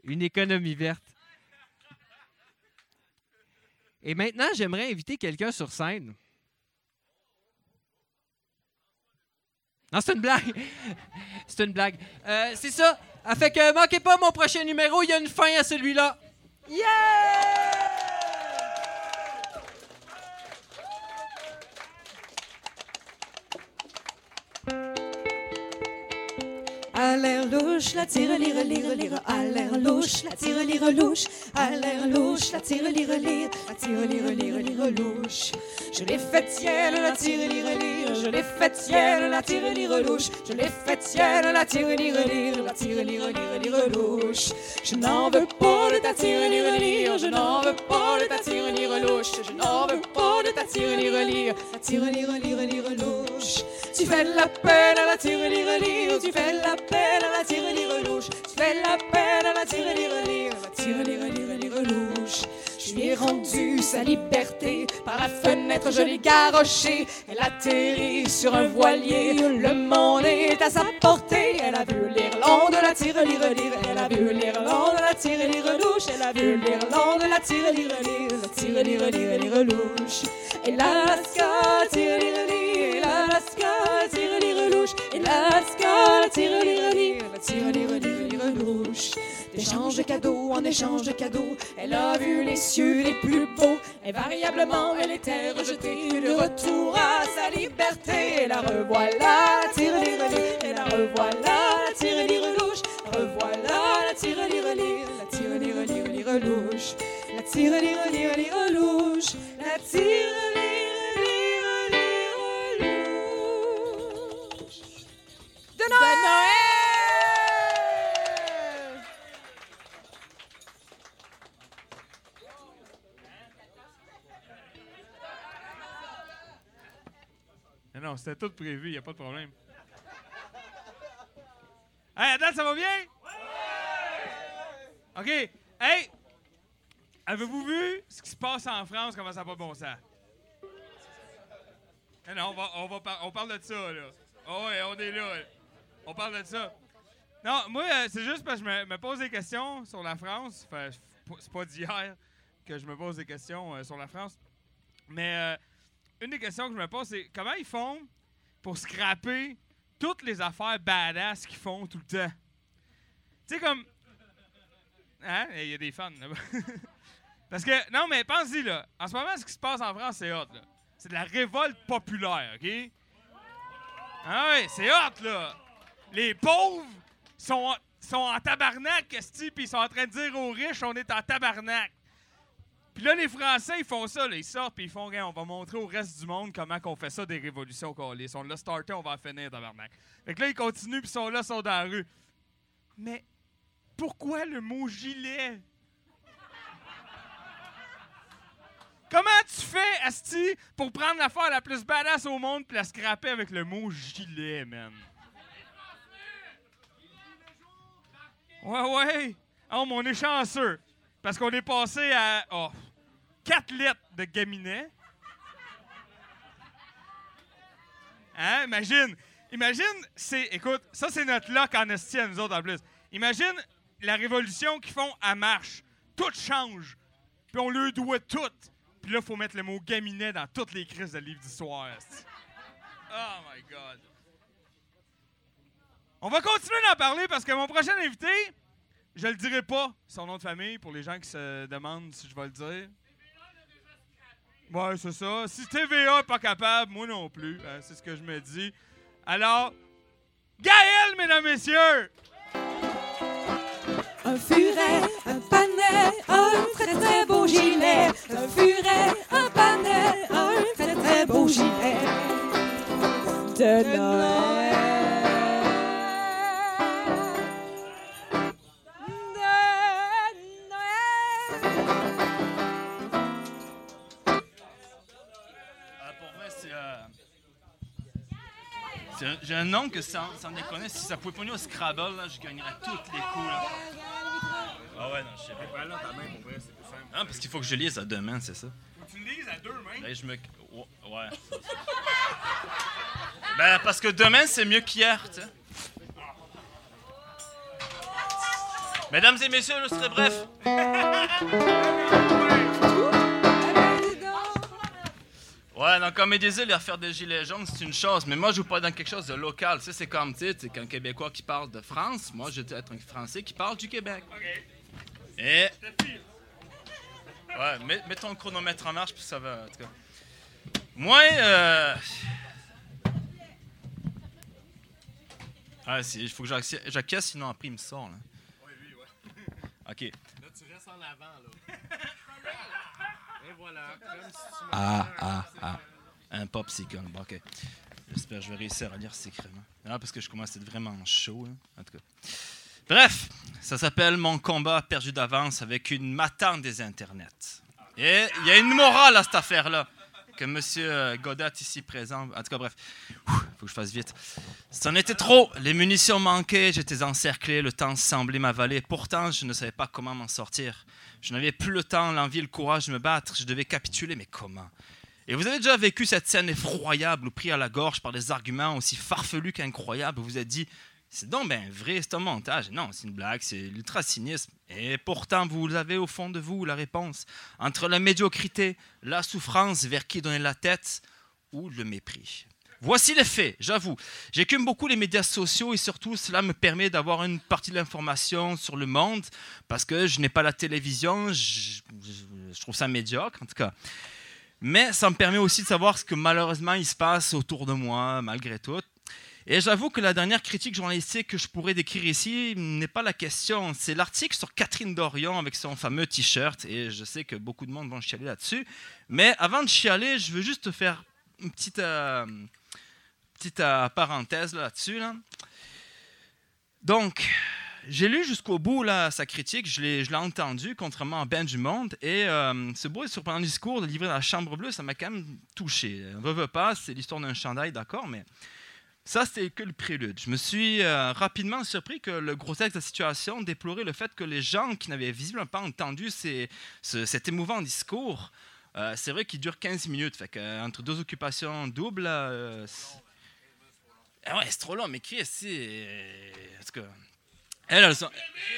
Une économie verte. Et maintenant, j'aimerais inviter quelqu'un sur scène. Non, c'est une blague. C'est une blague. C'est ça. Fait que manquez pas mon prochain numéro, il y a une fin à celui-là. Yeah! À l'air louche, la tire, lire, lire, lire. À l'air louche, la tire, lire, louche. À l'air louche, la tire, lire, lire. La tire, lire, lire, lire, louche. Je l'ai faite ciel, la tire, lire, lire. Je l'ai faite ciel, la tire, lire, louche. Je l'ai faite ciel, la tire, lire, lire. La tire, lire, lire, lire, louche. Je n'en veux pas de ta tire, lire, lire. Je n'en veux pas de ta tire, lire, louche. Je n'en veux pas de ta tire, lire, lire. La tire, lire, lire, lire, louche. Tu fais de la peine à la tire, lire, lire. Tu fais de la peine à la tire, lire, louche. Tu fais de la peine à la tire, lire, lire. La tire, lire, lire, lire, louche. Je lui ai rendu sa liberté. Par la fenêtre, je l'ai garoché. Elle atterrit sur un voilier. Le monde est à sa portée. Elle a vu l'Irlande, la tire, lire, lire. Elle a vu l'Irlande, la tire, lire, louche. Elle a vu l'Irlande, la tire, lire, lire. La tire, lire, lire, lire, louche. Et l'Alaska, tire, lire, lire. L'Alaska, tire, lire, louche. Et l'Alaska, tire, lire, lire. La tire, lire, lire, lire, louche. D'échange de cadeaux en échange de cadeaux, elle a vu les cieux les plus beaux. Invariablement, elle était rejetée. De retour à sa liberté. Et la revoilà, la tire, lire, lire. Et la revoilà, la tire, lire, louche. Revoilà, la tire, lire, lire. La tire, lire, lire, lire, louche. La tire, lire, lire, lire, louche. La tire, lire, lire, lire, louche. De Noël! Non, c'était tout prévu, il n'y a pas de problème. Hey, Adèle, ça va bien? Oui! OK. Hey! Avez-vous vu ce qui se passe en France, comment ça n'a pas de bon sens? Non, on parle de ça, là. Oh, ouais, on est là. On parle de ça. Non, moi, c'est juste parce que je me pose des questions sur la France. Enfin, c'est pas d'hier que je me pose des questions sur la France. Mais une des questions que je me pose, c'est comment ils font pour scraper toutes les affaires badass qu'ils font tout le temps? Tu sais, comme... Hein? Il y a des fans, là-bas. Parce que, non, mais pense-y, là. En ce moment, ce qui se passe en France, c'est hot, là. C'est de la révolte populaire, OK? Ah oui, c'est hot, là. Les pauvres sont en tabarnak, esti, puis ils sont en train de dire aux riches, on est en tabarnak. Puis là, les Français, ils font ça, là, ils sortent, puis ils font rien. On va montrer au reste du monde comment qu'on fait ça, des révolutions câlisses. On l'a starté, on va en finir, tabarnak. Fait que là, ils continuent, puis ils sont là, ils sont dans la rue. Mais pourquoi le mot gilet? Comment tu fais, asti, pour prendre l'affaire la plus badass au monde puis la scraper avec le mot gilet, man? Ouais. Oh, mais on est chanceux. Parce qu'on est passé à 4 lettres de Gaminet. Hein? Imagine, écoute, ça c'est notre lock en esti à nous autres en plus. Imagine la révolution qu'ils font à marche. Tout change. Puis on leur doit tout. Puis là, il faut mettre le mot Gaminet dans toutes les crises de livres d'histoire. Oh my God. On va continuer d'en parler parce que mon prochain invité, je le dirai pas, son nom de famille, pour les gens qui se demandent si je vais le dire. Ouais, c'est ça. Si TVA n'est pas capable, moi non plus. Hein, c'est ce que je me dis. Alors, Gaël, mesdames, messieurs! Un furet, un panais, un très très beau gilet. Un furet, un panais, un très très beau gilet. De Noël. De Noël. Pour vrai, j'ai un oncle que sans déconner, si ça pouvait pogner au Scrabble, là, je gagnerais tous les coups. Là. Ah ouais, non, je sais pas. Ouais, là, ta main, pour vrai, c'est plus simple. Non, parce qu'il faut que je lise à deux mains, c'est ça. Faut que tu le lises à deux mains? Ben, ouais. Ben, parce que demain, c'est mieux qu'hier, tu sais. Mesdames et messieurs, je serai bref. Ouais, donc comme il disait, les affaires des gilets jaunes, c'est une chose, mais moi, je vous parle dans quelque chose de local. Tu sais, c'est comme, tu sais, c'est qu'un Québécois qui parle de France, moi, je vais être un Français qui parle du Québec. OK. Et... Ouais, mets ton chronomètre en marche, puis ça va, en tout cas. Moi, Ah, il faut que j'acquiesce, sinon après, il me sort, là. Oui, lui, ouais. OK. Là, tu restes en avant, là. Et voilà. Comme si tu Un popsicle. Bon, OK. J'espère que je vais réussir à lire secrètement. Non, parce que je commence à être vraiment chaud, hein, en tout cas. Bref, ça s'appelle Mon combat perdu d'avance avec une matante des internets. Et il y a une morale à cette affaire-là, que M. Godat ici présent... En tout cas, bref, faut que je fasse vite. C'en était trop, les munitions manquaient, j'étais encerclé, le temps semblait m'avaler. Pourtant, je ne savais pas comment m'en sortir. Je n'avais plus le temps, l'envie, le courage de me battre. Je devais capituler, mais comment? Et vous avez déjà vécu cette scène effroyable où, pris à la gorge par des arguments aussi farfelus qu'incroyables, vous vous êtes dit... C'est donc bien vrai, c'est un montage. Non, c'est une blague, c'est l'ultra-cynisme. Et pourtant, vous avez au fond de vous la réponse. Entre la médiocrité, la souffrance vers qui donner la tête ou le mépris. Voici les faits, j'avoue. J'écume beaucoup les médias sociaux et surtout, cela me permet d'avoir une partie de l'information sur le monde parce que je n'ai pas la télévision, je trouve ça médiocre en tout cas. Mais ça me permet aussi de savoir ce que malheureusement il se passe autour de moi, malgré tout. Et j'avoue que la dernière critique journalistique que je pourrais décrire ici n'est pas la question. C'est l'article sur Catherine Dorion avec son fameux T-shirt. Et je sais que beaucoup de monde vont chialer là-dessus. Mais avant de chialer, je veux juste faire une petite parenthèse là-dessus. Là. Donc, j'ai lu jusqu'au bout là, sa critique. Je l'ai entendu, contrairement à ben du monde. Et ce beau et surprenant discours de livrer dans la Chambre bleue, ça m'a quand même touché. Veut pas, c'est l'histoire d'un chandail, d'accord, mais... Ça, c'était que le prélude. Je me suis rapidement surpris que le gros texte de la situation déplorait le fait que les gens qui n'avaient visiblement pas entendu cet émouvant discours, c'est vrai qu'il dure 15 minutes. Fait entre deux occupations doubles, ouais, c'est trop long, mais qui est-ce? En tout cas, elles sont...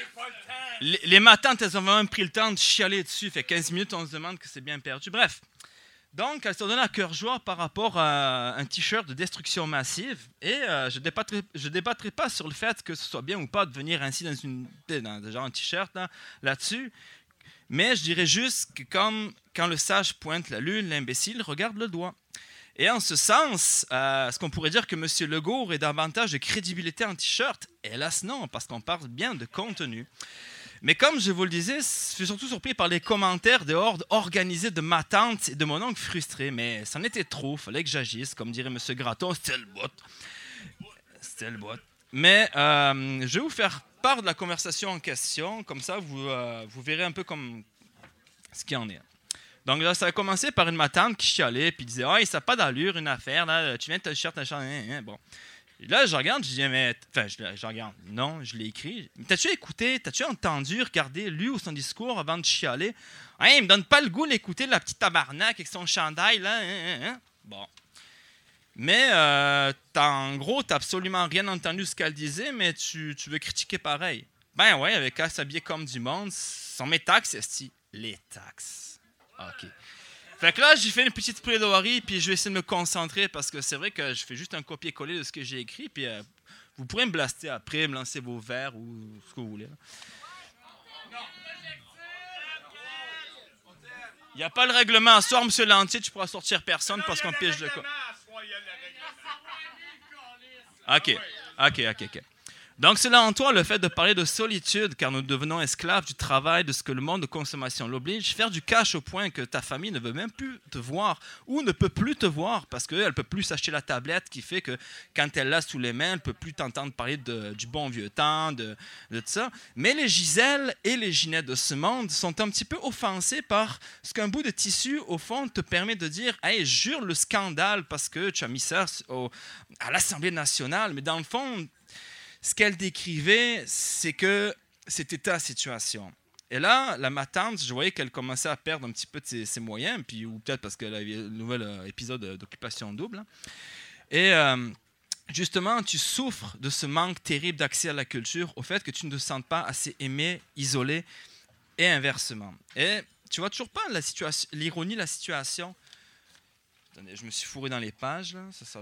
Les matantes, elles ont vraiment pris le temps de chialer dessus. Fait 15 minutes, on se demande que c'est bien perdu. Bref. Donc, elle se donne à cœur joie par rapport à un T-shirt de destruction massive. Et je ne débattrai pas sur le fait que ce soit bien ou pas de venir ainsi dans genre un T-shirt là-dessus. Mais je dirais juste que comme quand le sage pointe la lune, l'imbécile regarde le doigt. Et en ce sens, est-ce qu'on pourrait dire que M. Legault aurait davantage de crédibilité en T-shirt? Hélas non, parce qu'on parle bien de contenu. Mais comme je vous le disais, je suis surtout surpris par les commentaires des hordes organisées de ma tante et de mon oncle frustré. Mais c'en était trop, il fallait que j'agisse. Comme dirait M. Gratton, c'était le bout. C'était le bout. Mais je vais vous faire part de la conversation en question. Comme ça, vous verrez un peu comme ce qu'il en est. Donc là, ça a commencé par une matante qui chialait puis disait « Ah, ça n'a pas d'allure, une affaire. Là, tu viens de te t-shirt, bon. » Et là, je regarde, je dis, mais... Enfin, je regarde. Non, je l'ai écrit. T'as-tu écouté, t'as-tu entendu, regardé, lu son discours avant de chialer? Hein, il me donne pas le goût d'écouter la petite tabarnak avec son chandail, là. Bon. Mais, en gros, t'as absolument rien entendu ce qu'elle disait, mais tu veux critiquer pareil. Ben ouais, avec elle s'habiller comme du monde, sont mes taxes, esti. Les taxes. OK. Fait que là, j'ai fait une petite plaidoirie, puis je vais essayer de me concentrer parce que c'est vrai que je fais juste un copier-coller de ce que j'ai écrit, puis vous pourrez me blaster après, me lancer vos verres ou ce que vous voulez. Il n'y a pas le règlement. Ce soir, M. Lantier, tu pourras sortir personne parce qu'on pige le quoi. OK. Donc, c'est là en toi le fait de parler de solitude, car nous devenons esclaves du travail, de ce que le monde de consommation l'oblige, faire du cash au point que ta famille ne veut même plus te voir ou ne peut plus te voir parce qu'elle ne peut plus s'acheter la tablette qui fait que quand elle l'a sous les mains, elle ne peut plus t'entendre parler du bon vieux temps, de tout ça. Mais les Gisèle et les Ginette de ce monde sont un petit peu offensés par ce qu'un bout de tissu, au fond, te permet de dire « Hey, jure le scandale parce que tu as mis ça à l'Assemblée nationale. » Mais dans le fond, ce qu'elle décrivait, c'est que c'était ta situation. Et là, ma tante, je voyais qu'elle commençait à perdre un petit peu de ses moyens, puis, ou peut-être parce qu'elle avait un nouvel épisode d'occupation double. Et justement, tu souffres de ce manque terrible d'accès à la culture, au fait que tu ne te sens pas assez aimé, isolé, et inversement. Et tu vois toujours pas l'ironie de la situation. Attendez, je me suis fourré dans les pages, là. Faut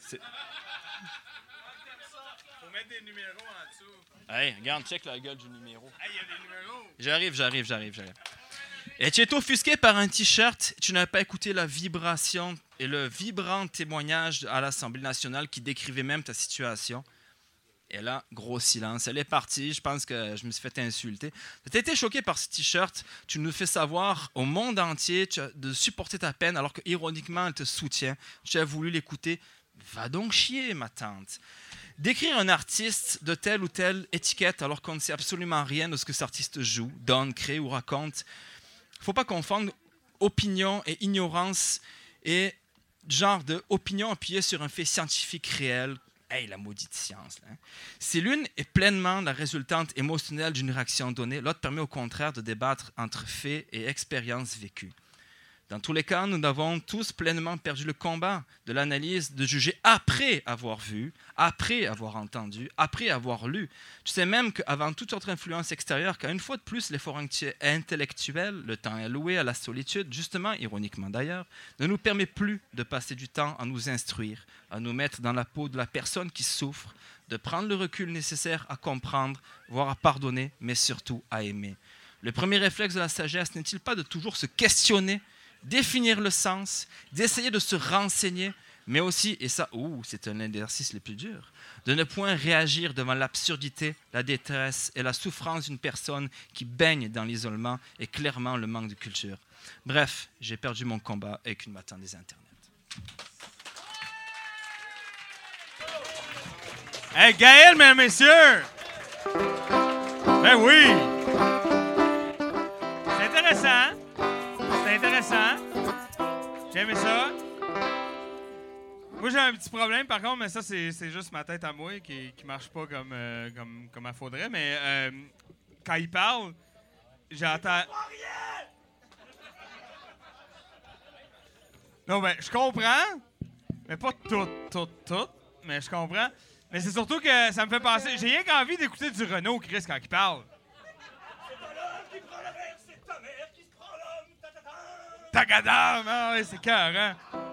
mettre des numéros en dessous. Hey, regarde, check la gueule du numéro. Hey, il y a des numéros. J'arrive. Et tu es offusqué par un T-shirt, tu n'as pas écouté la vibration et le vibrant témoignage à l'Assemblée nationale qui décrivait même ta situation. Et là, gros silence. Elle est partie, je pense que je me suis fait insulter. Tu as été choqué par ce T-shirt, tu nous fais savoir au monde entier de supporter ta peine alors qu'ironiquement, elle te soutient. Tu as voulu l'écouter. Va donc chier, ma tante. Décrire un artiste de telle ou telle étiquette alors qu'on ne sait absolument rien de ce que cet artiste joue, donne, crée ou raconte. Il ne faut pas confondre opinion et ignorance et genre d'opinion appuyée sur un fait scientifique réel. Hey, la maudite science. Là, hein? Si l'une est pleinement la résultante émotionnelle d'une réaction donnée, l'autre permet au contraire de débattre entre faits et expériences vécues. Dans tous les cas, nous avons tous pleinement perdu le combat de l'analyse, de juger après avoir vu, après avoir entendu, après avoir lu. Tu sais même qu'avant toute autre influence extérieure, qu'une fois de plus, l'effort intellectuel, le temps alloué à la solitude, justement, ironiquement d'ailleurs, ne nous permet plus de passer du temps à nous instruire, à nous mettre dans la peau de la personne qui souffre, de prendre le recul nécessaire à comprendre, voire à pardonner, mais surtout à aimer. Le premier réflexe de la sagesse n'est-il pas de toujours se questionner, définir le sens, d'essayer de se renseigner, mais aussi, et ça, c'est un exercice le plus dur, de ne point réagir devant l'absurdité, la détresse et la souffrance d'une personne qui baigne dans l'isolement et clairement le manque de culture. Bref, j'ai perdu mon combat avec une matin des internets. Hey, Gaël, mesdames, messieurs! Ben oui! C'est intéressant, hein? C'est intéressant. J'ai aimé ça. Moi, j'ai un petit problème, par contre, mais ça, c'est juste ma tête à moi qui marche pas comme elle faudrait. Mais quand il parle, j'entends... Non, ben, je comprends, mais pas tout, mais je comprends. Mais c'est surtout que ça me fait penser... J'ai rien qu'envie d'écouter du Renaud, Chris, quand il parle. Tagadam! Ah ouais, c'est carré.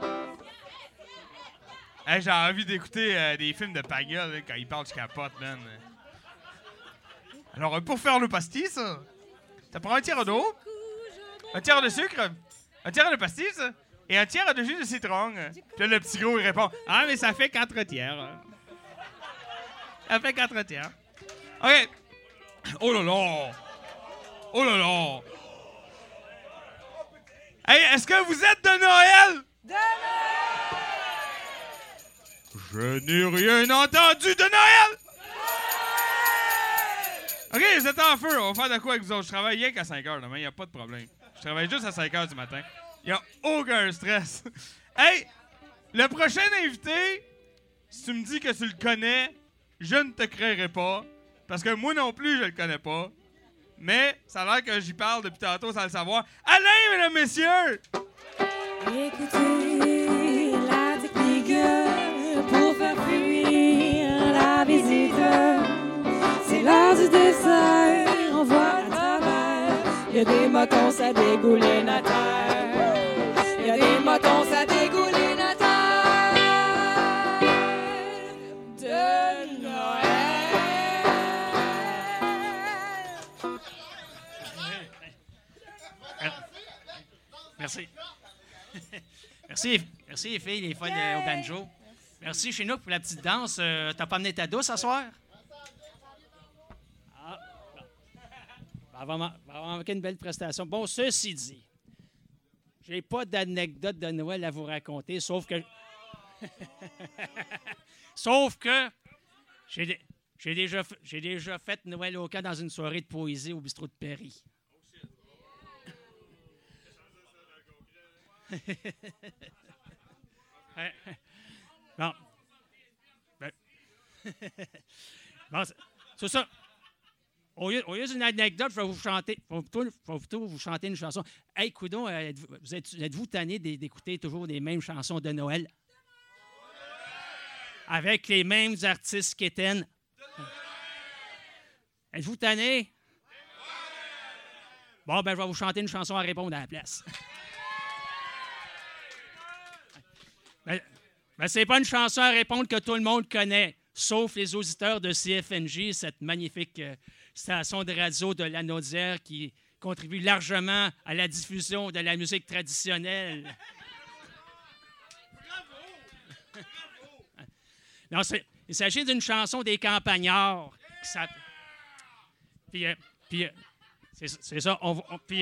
Hey, j'ai envie d'écouter des films de Pagel là, quand il parle, je capote, man. Alors, pour faire le pastis, ça prend un tiers d'eau, un tiers de sucre, un tiers de pastis et un tiers de jus de citron. Puis là, le petit gros, il répond « Ah, mais ça fait 4 tiers. » Ça fait 4 tiers. OK. Oh là là! Oh là là! Hey, est-ce que vous êtes de Noël? De Noël! Je n'ai rien entendu de Noël! OK, vous êtes en feu. On va faire de quoi avec vous autres? Je travaille rien qu'à 5 heures demain, il n'y a pas de problème. Je travaille juste à 5 heures du matin. Il n'y a aucun stress. Hey, le prochain invité, si tu me dis que tu le connais, je ne te créerai pas. Parce que moi non plus, je le connais pas. Mais ça a l'air que j'y parle depuis tantôt sans le savoir. Alain, mesdames, messieurs! Écoutez la technique pour faire fuir la visite. C'est l'heure du dessert, on voit à travers. Il y a des motons, ça dégouline à terre. Il y a des motons, ça dégouline à terre. De Noël. Merci. Merci les filles, les folles au banjo. Merci Chinook pour la petite danse. T'as pas amené ta douce ce soir? Ah, bon. Va manquer une belle prestation. Bon, ceci dit, j'ai pas d'anecdote de Noël à vous raconter, sauf que j'ai déjà fait Noël au camp dans une soirée de poésie au bistrot de Perry. Bon. Ben. Bon, c'est ça. Au lieu d'une anecdote, je vais vous chanter. Je vais plutôt vous chanter une chanson. Hey, coudon, êtes-vous tanné d'écouter toujours les mêmes chansons de Noël? avec les mêmes artistes qu'Étienne. Êtes-vous tanné? Bon, ben, je vais vous chanter une chanson à répondre à la place. Ben, c'est pas une chanson à répondre que tout le monde connaît, sauf les auditeurs de CFNJ, cette magnifique station de radio de la Naudière qui contribue largement à la diffusion de la musique traditionnelle. Non, il s'agit d'une chanson des Campagnards. Puis, c'est ça. On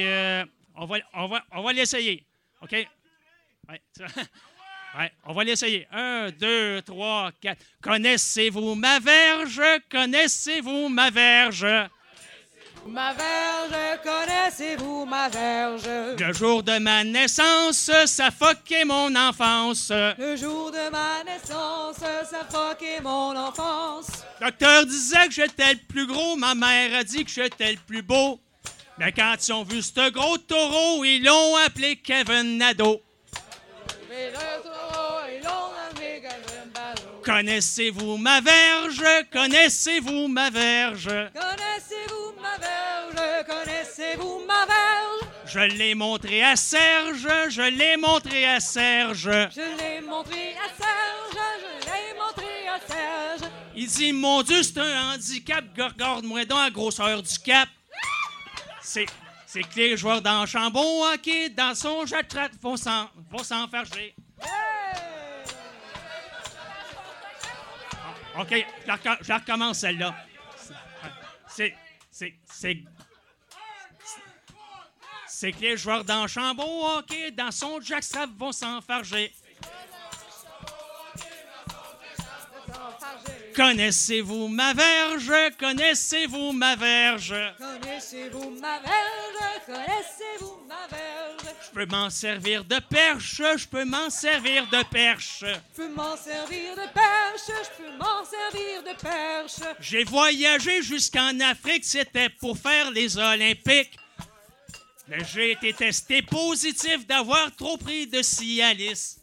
va l'essayer. OK? Ouais, ouais, on va l'essayer. 1, 2, 3, 4. Connaissez-vous ma verge? Connaissez-vous ma verge? Ma verge, connaissez-vous ma verge? Le jour de ma naissance, ça foquait mon enfance. Le jour de ma naissance, ça foquait mon enfance. Docteur disait que j'étais le plus gros, ma mère a dit que j'étais le plus beau. Mais quand ils ont vu ce gros taureau, ils l'ont appelé Kevin Nadeau. Mais le taureau, ils l'ont appelé Kevin Nadeau. Connaissez-vous ma verge? Connaissez-vous ma verge? Connaissez-vous ma verge? Connaissez-vous ma verge? Je l'ai montré à Serge, je l'ai montré à Serge. Je l'ai montré à Serge, je l'ai montré à Serge. Il dit, mon Dieu, c'est un handicap, regarde-moi donc la grosseur du cap. C'est que les joueurs d'Enchambault hockey, dans son jatrat, vont s'enfarger. OK, je la recommence celle-là. C'est que les joueurs d'Enchambault hockey, dans son jackstrap, vont s'enfarger. Connaissez-vous ma verge? Connaissez-vous ma verge? Connaissez-vous ma verge? Connaissez-vous ma verge? Je peux m'en servir de perche, je peux m'en servir de perche. Je peux m'en servir de perche, je peux m'en servir de perche. J'ai voyagé jusqu'en Afrique, c'était pour faire les Olympiques. Mais j'ai été testé positif d'avoir trop pris de Cialis.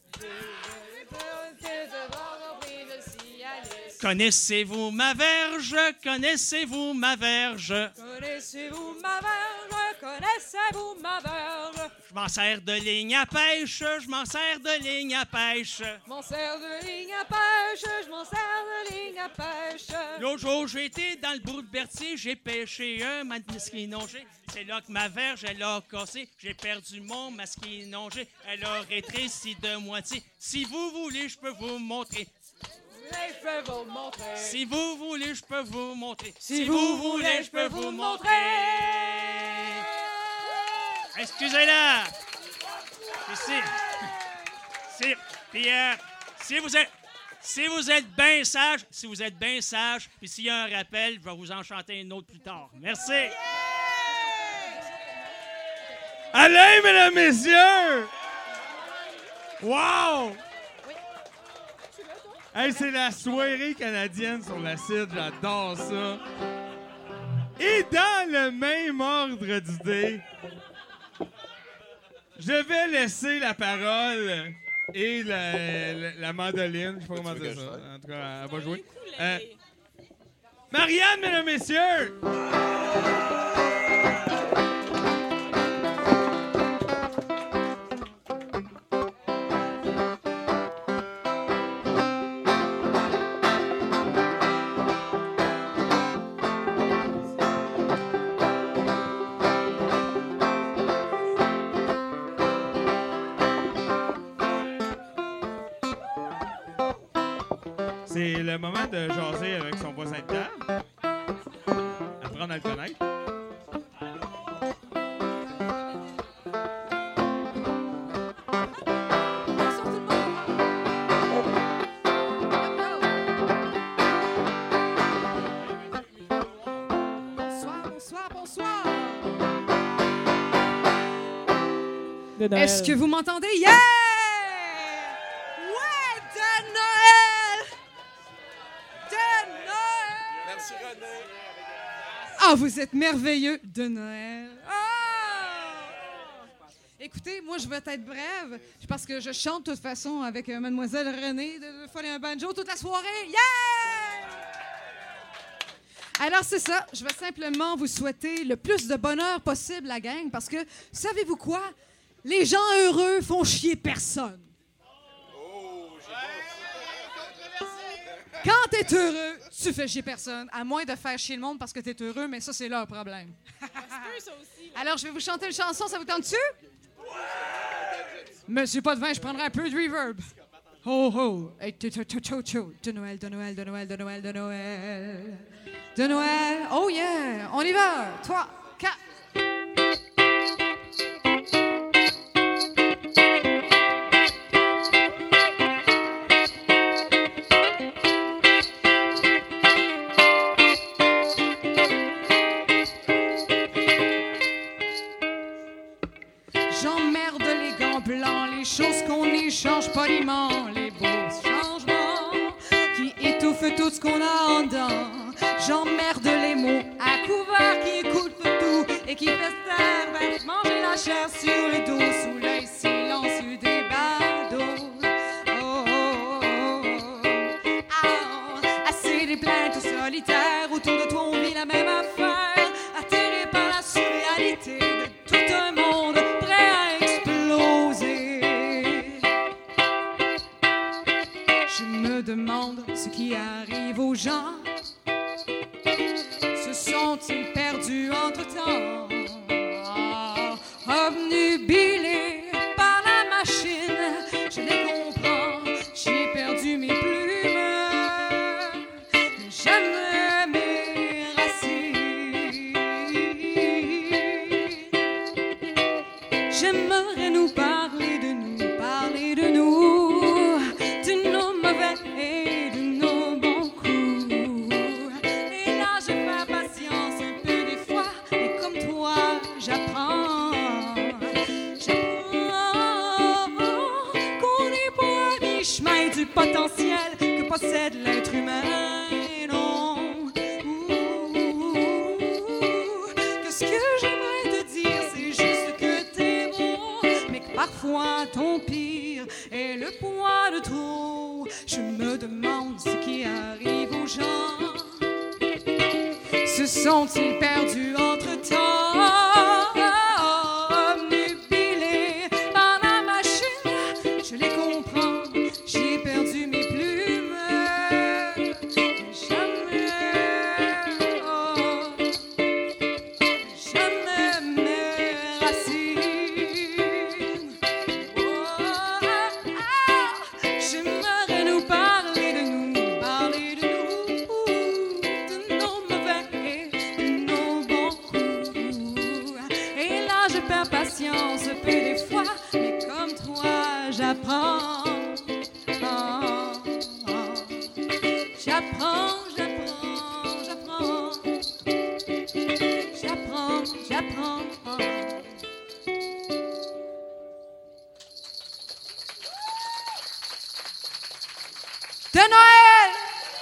Connaissez-vous ma verge? Connaissez-vous ma verge? Connaissez-vous ma verge? Connaissez-vous ma verge? Je m'en sers de ligne à pêche, je m'en sers de ligne à pêche. Je m'en sers de ligne à pêche, je m'en sers de ligne à pêche. L'autre jour, j'ai été dans le bout de Berthier, j'ai pêché un masquinongé. C'est là que ma verge, elle a cassé. J'ai perdu mon masquinongé. Elle a rétréci de moitié. Si vous voulez, je peux vous montrer. Je peux vous montrer. Si vous voulez, je peux vous montrer. Si vous voulez, je peux vous montrer. Excusez-la. Puis si vous êtes bien sage, puis s'il y a un rappel, je vais vous en chanter une autre plus tard. Merci. Allez, mesdames, messieurs! Wow! Hey, c'est la soirée canadienne sur la site, j'adore ça. Et dans le même ordre d'idées, je vais laisser la parole et la mandoline, je sais pas comment dire ça. En tout cas, elle va jouer. Marianne, mesdames, messieurs! C'est le moment de jaser avec son voisin de table. Apprendre à le connaître. Bonsoir. Est-ce que vous m'entendez? Yeah! Ouais, de Noël! De Noël! Merci, René. Ah, vous êtes merveilleux de Noël. Écoutez, moi, je vais être brève parce que je chante de toute façon avec Mademoiselle Renée de Folle et un banjo toute la soirée. Yeah! Alors, c'est ça. Je vais simplement vous souhaiter le plus de bonheur possible, la gang, parce que, savez-vous quoi? Les gens heureux font chier personne. Quand t'es heureux, tu fais chier personne, à moins de faire chier le monde parce que t'es heureux, mais ça, c'est leur problème. Alors, je vais vous chanter une chanson, ça vous tente-tu? Monsieur Potvin, je prendrai un peu de reverb. Ho, ho, hey, de Noël, de Noël, de Noël, de Noël, de Noël. De Noël, oh yeah, on y va. 3, 4. J'emmerde les gants blancs, les choses qu'on échange poliment, les beaux changements qui étouffent tout ce qu'on a en dedans. J'emmerde les mots à couvert qui écoutent tout et qui festèrent manger la chair sur le dos sous l'œil silencieux des badauds. Oh, oh, oh, oh. Ah, assez des plaintes solitaires, autour de toi on vit la même affaire, atterré par la surréalité de tout un monde prêt à exploser. Je me demande ce qui arrive aux gens. Se sont-ils perdus entre-temps? Obnubilés par la machine, je les comprends, j'ai perdu mes plumes, mais j'aime mes racines. J'aimerais nous parler de nous, de nos mauvais et de nos bons coups. Et là, je fais patience un peu des fois, et comme toi, j'apprends qu'on n'est pas à mi-chemin du potentiel que possède l'être humain. Non, que ce que j'aimerais te dire, c'est juste que t'es beau, mais que parfois ton pire est le poids de trop. Je me demande ce qui arrive aux gens. Se sont-ils perdus entre-temps? Obnubilés par la machine, je les comprends, j'ai perdu mes plumes, mais jamais mes racines. J'aimerais nous parler de nous, de nos mauvais et de nos bons coups. Et là, je perds patience peu des fois, mais comme toi, j'apprends. J'apprends. De Noël!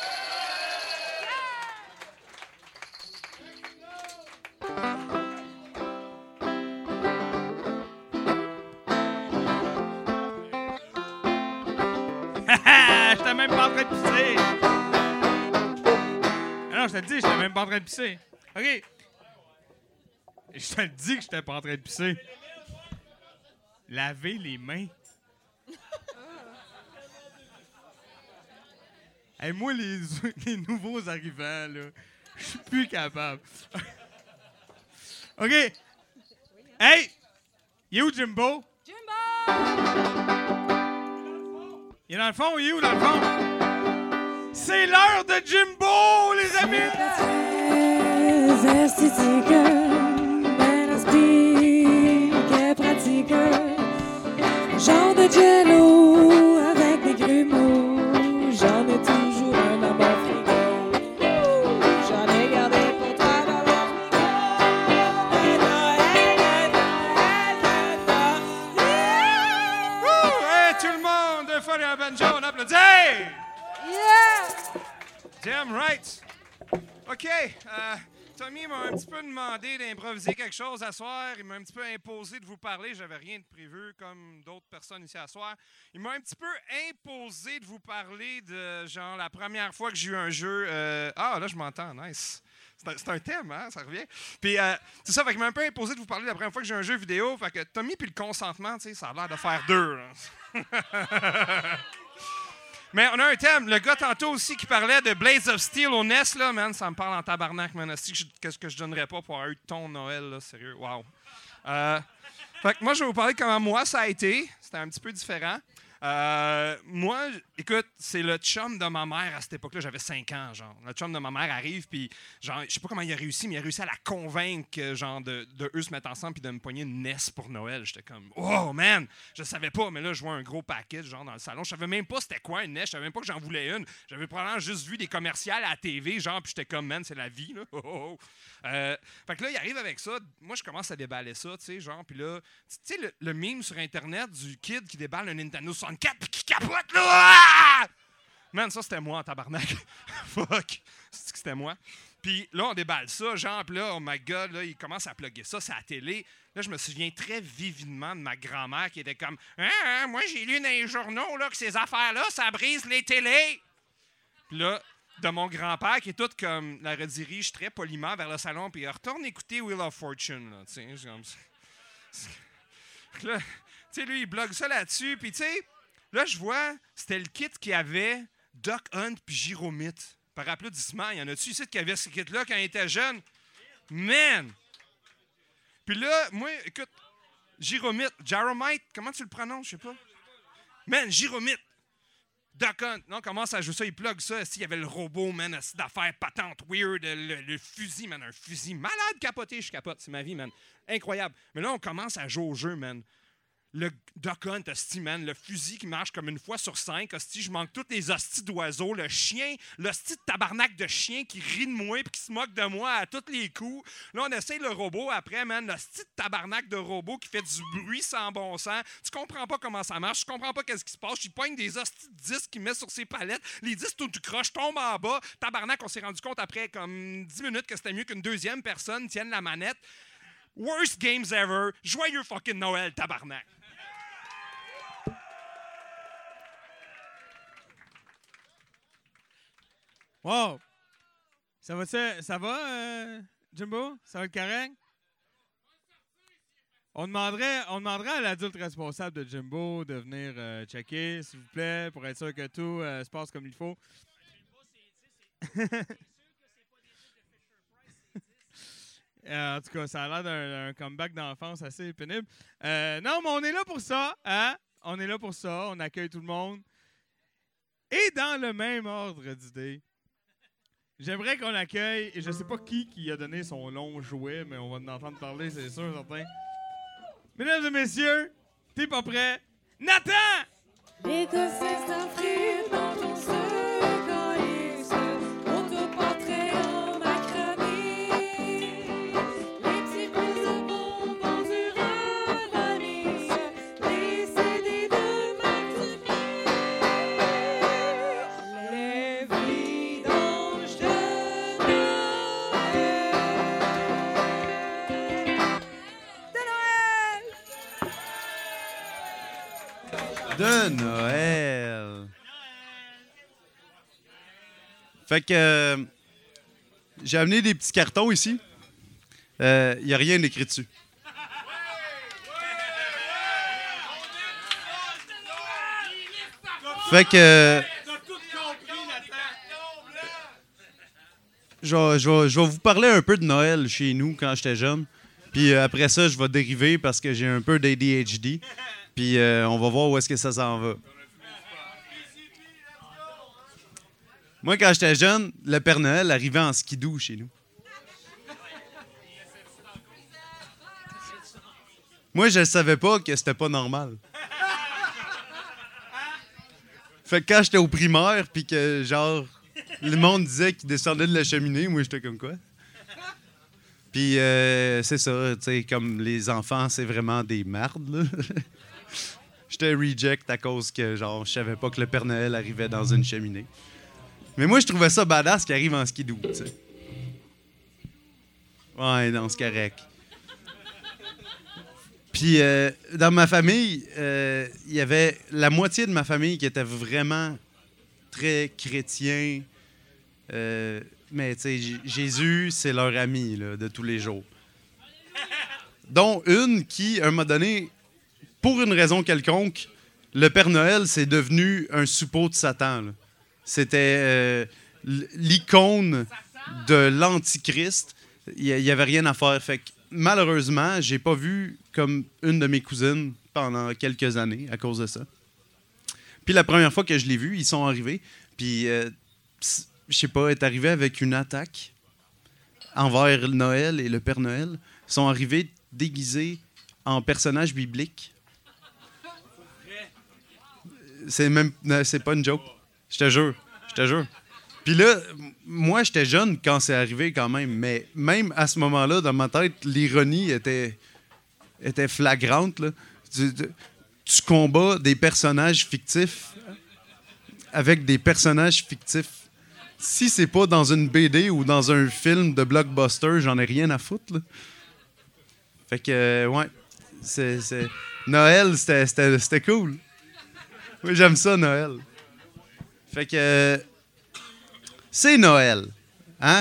J'étais même pas en train de pisser. Ah non, je te le dis, j'étais même pas en train de pisser. OK. Je te le dis que j'étais pas en train de pisser. Laver les mains. Hey, moi, les nouveaux arrivants, là, je suis plus capable. OK. Hey! Il est où Jimbo? Il est dans le fond? Il est où dans le fond? C'est l'heure de Jimbo, les amis! Très esthétique, bel esprit, qu'elle pratique. Genre de jello avec des grumeaux. J'en ai toujours un dans mon frigo. J'en ai gardé pour toi dans le frigo. Et Noël. Hey, tout le monde! Folle et un banjo, on applaudit! Yeah! Damn right! OK. Tommy m'a un petit peu demandé d'improviser quelque chose à soir. Il m'a un petit peu imposé de vous parler. J'avais rien de prévu comme d'autres personnes ici à soir. Il m'a un petit peu imposé de vous parler de, genre, la première fois que j'ai eu un jeu... Ah, là, je m'entends. Nice. C'est un thème, hein? Ça revient. Puis, c'est ça, fait qu'il m'a un peu imposé de vous parler de la première fois que j'ai eu un jeu vidéo. Fait que Tommy puis le consentement, tu sais, ça a l'air de faire deux. Là. Mais on a un thème. Le gars tantôt aussi qui parlait de Blades of Steel au NES, là, man, ça me parle en tabarnak, man. Qu'est-ce que je donnerais pas pour avoir eu ton Noël, là, sérieux? Wow. Fait que moi, je vais vous parler de comment moi ça a été. C'était un petit peu différent. Moi, écoute, c'est le chum de ma mère à cette époque-là, j'avais 5 ans, genre. Le chum de ma mère arrive, puis genre, je sais pas comment il a réussi, mais il a réussi à la convaincre, genre, de eux se mettre ensemble puis de me pogner une NES pour Noël. J'étais comme, oh man, je savais pas, mais là, je vois un gros paquet, genre, dans le salon. Je savais même pas c'était quoi une NES, je savais même pas que j'en voulais une. J'avais probablement juste vu des commerciales à la TV, genre, puis j'étais comme, man, c'est la vie, là. Oh, oh, oh. Fait que là, il arrive avec ça. Moi, je commence à déballer ça, tu sais, genre, puis là, tu sais, le meme sur Internet du kid qui déballe un Nintendo 64 puis qui capote, là! Ah! Man, ça, c'était moi en tabarnak. Fuck! C'était moi. Puis là, on déballe ça, genre, puis là, oh my God, là, il commence à plugger ça, c'est à la télé. Là, je me souviens très vivement de ma grand-mère qui était comme « moi, j'ai lu dans les journaux là, que ces affaires-là, ça brise les télés! » Puis là, de mon grand-père qui est tout comme la redirige très poliment vers le salon, puis il retourne écouter Wheel of Fortune, là, tu sais, comme ça. Là, tu sais, lui, il blogue ça là-dessus, puis tu sais, là, je vois, c'était le kit qui avait Duck Hunt puis Gyromite. Par applaudissement, il y en a-tu ici qui avait ce kit-là quand il était jeune? Man! Puis là, moi, écoute, Gyromite, comment tu le prononces, je sais pas? Man, Gyromite! Duck Hunt, non, commence à jouer ça, il plug ça. Il y avait le robot, man, d'affaires patentes, weird, le fusil, man, un fusil malade capoté, je capote, c'est ma vie, man. Incroyable. Mais là, on commence à jouer au jeu, man. Le Duck Hunt, hostie, man, le fusil qui marche comme une fois sur 5, hostie, je manque toutes les hosties d'oiseaux, le chien, l'hostie de tabarnak de chien qui rit de moi et qui se moque de moi à tous les coups. Là, on essaye le robot après, man, l'hostie de tabarnak de robot qui fait du bruit sans bon sens. Tu comprends pas comment ça marche, tu comprends pas qu'est-ce qui se passe. Il pogne des hosties de disques qu'il met sur ses palettes, les disques tout croche, tombent en bas. Tabarnak, on s'est rendu compte après comme 10 minutes que c'était mieux qu'une deuxième personne tienne la manette. Worst games ever. Joyeux fucking Noël, tabarnak. Wow! Ça va, Jimbo? Ça va être correct? On demanderait à l'adulte responsable de Jimbo de venir checker, s'il vous plaît, pour être sûr que tout se passe comme il faut. En tout cas, ça a l'air d'un comeback d'enfance assez pénible. Non, mais on est là pour ça, hein? On est là pour ça, on accueille tout le monde. Et dans le même ordre d'idées, j'aimerais qu'on accueille, et je sais pas qui a donné son long jouet, mais on va en entendre parler, c'est sûr, certain. Mesdames et messieurs, t'es pas prêt? Nathan! L'écossaise d'un fruit dans ton secoïs, autoportrait en macramé, les petits bouts de bonbons du Ralamis, les CD de Maximé, les vidanges de Noël! De Noël. Fait que j'ai amené des petits cartons ici. Il n'y a rien d'écrit dessus. Fait que je vais vous parler un peu de Noël chez nous quand j'étais jeune. Puis après ça, je vais dériver parce que j'ai un peu d'ADHD. Puis on va voir où est-ce que ça s'en va. Moi, quand j'étais jeune, le Père Noël arrivait en skidoo chez nous. Moi, je ne savais pas que c'était pas normal. Fait que quand j'étais au primaire, puis que, genre, le monde disait qu'il descendait de la cheminée, moi, j'étais comme quoi? Puis c'est ça, tu sais, comme les enfants, c'est vraiment des mardes, là. J'étais reject à cause que, genre, je savais pas que le Père Noël arrivait dans une cheminée. Mais moi, je trouvais ça badass qu'il arrive en skidoo, tu sais. Ouais, non, c'est correct. Puis, dans ma famille, il y avait la moitié de ma famille qui était vraiment très chrétien. Mais, tu sais, Jésus, c'est leur ami là, de tous les jours. Dont une qui, à un moment donné, pour une raison quelconque, le Père Noël, c'est devenu un suppôt de Satan. Là. C'était l'icône de l'Antichrist. Il n'y avait rien à faire. Fait que, malheureusement, j'ai pas vu comme une de mes cousines pendant quelques années à cause de ça. Puis la première fois que je l'ai vu, ils sont arrivés. Puis, je sais pas, est arrivé avec une attaque envers Noël et le Père Noël. Ils sont arrivés déguisés en personnages bibliques. C'est pas une joke. Je te jure. Puis là, moi, j'étais jeune quand c'est arrivé quand même, mais même à ce moment-là, dans ma tête, l'ironie était flagrante. Là. Tu combats des personnages fictifs avec des personnages fictifs. Si c'est pas dans une BD ou dans un film de blockbuster, j'en ai rien à foutre. Là. Fait que, ouais, Noël, c'était cool. Oui, j'aime ça, Noël. Fait que, c'est Noël, hein?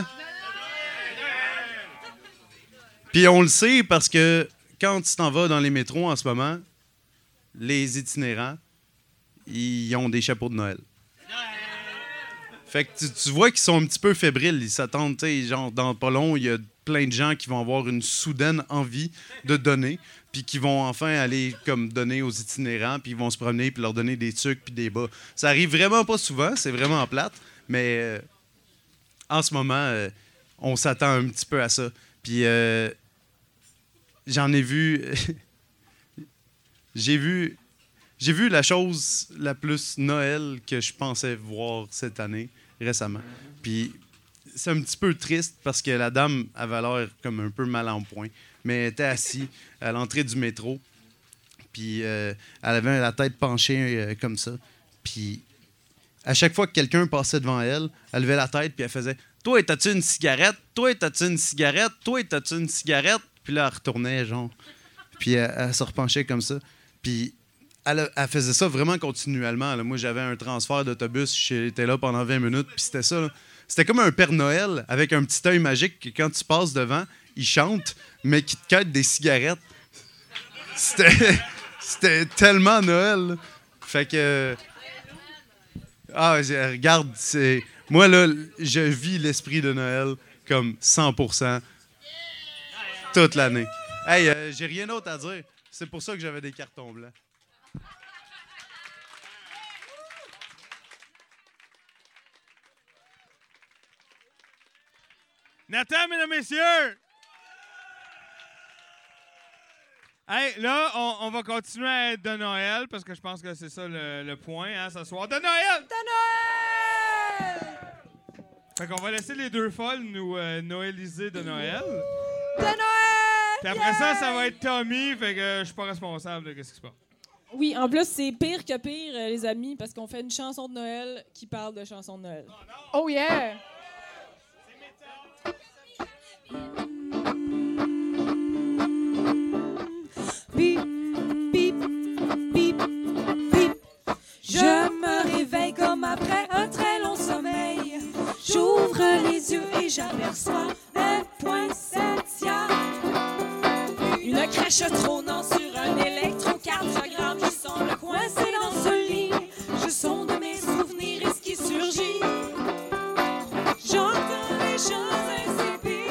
Puis on le sait parce que quand tu t'en vas dans les métros en ce moment, les itinérants, ils ont des chapeaux de Noël. Fait que tu vois qu'ils sont un petit peu fébriles. Ils s'attendent, tu sais, genre, dans pas long, il y a plein de gens qui vont avoir une soudaine envie de donner, puis qui vont enfin aller comme donner aux itinérants, puis ils vont se promener, puis leur donner des trucs, puis des bas. Ça arrive vraiment pas souvent, c'est vraiment plate, mais en ce moment, on s'attend un petit peu à ça. Puis j'en ai vu... J'ai vu la chose la plus Noël que je pensais voir cette année, récemment. Puis c'est un petit peu triste parce que la dame avait l'air comme un peu mal en point, mais elle était assise à l'entrée du métro. Puis elle avait la tête penchée comme ça. Puis à chaque fois que quelqu'un passait devant elle, elle levait la tête puis elle faisait « Toi, t'as-tu une cigarette? Toi, t'as-tu une cigarette? Toi, t'as-tu une cigarette? » Puis là, elle retournait, genre. Puis elle se repenchait comme ça. Puis elle faisait ça vraiment continuellement. Là. Moi, j'avais un transfert d'autobus. J'étais là pendant 20 minutes. Puis c'était ça. Là. C'était comme un Père Noël avec un petit œil magique que quand tu passes devant, il chante, mais qui te quête des cigarettes. C'était tellement Noël. Là. Fait que... regarde, moi, là, je vis l'esprit de Noël comme 100% toute l'année. Hey, j'ai rien d'autre à dire. C'est pour ça que j'avais des cartons blancs. Nathan, mesdames, messieurs! Hey, là, on va continuer à être de Noël, parce que je pense que c'est ça le point, hein, ce soir. De Noël! De Noël! Fait qu'on va laisser les deux folles nous noëliser de Noël. De Noël! Puis après ça va être Tommy, fait que je suis pas responsable de ce qui se passe. Oui, en plus, c'est pire que pire, les amis, parce qu'on fait une chanson de Noël qui parle de chansons de Noël. Oh yeah! Bip, bip, bip, bip. Je me réveille comme après un très long sommeil. J'ouvre les yeux et j'aperçois un poinsettia. Une crèche trônant sur un électrocardiogramme. Je semble coincé dans ce lit. Je sonde mes souvenirs et ce qui surgit. J'entends les choses insipides.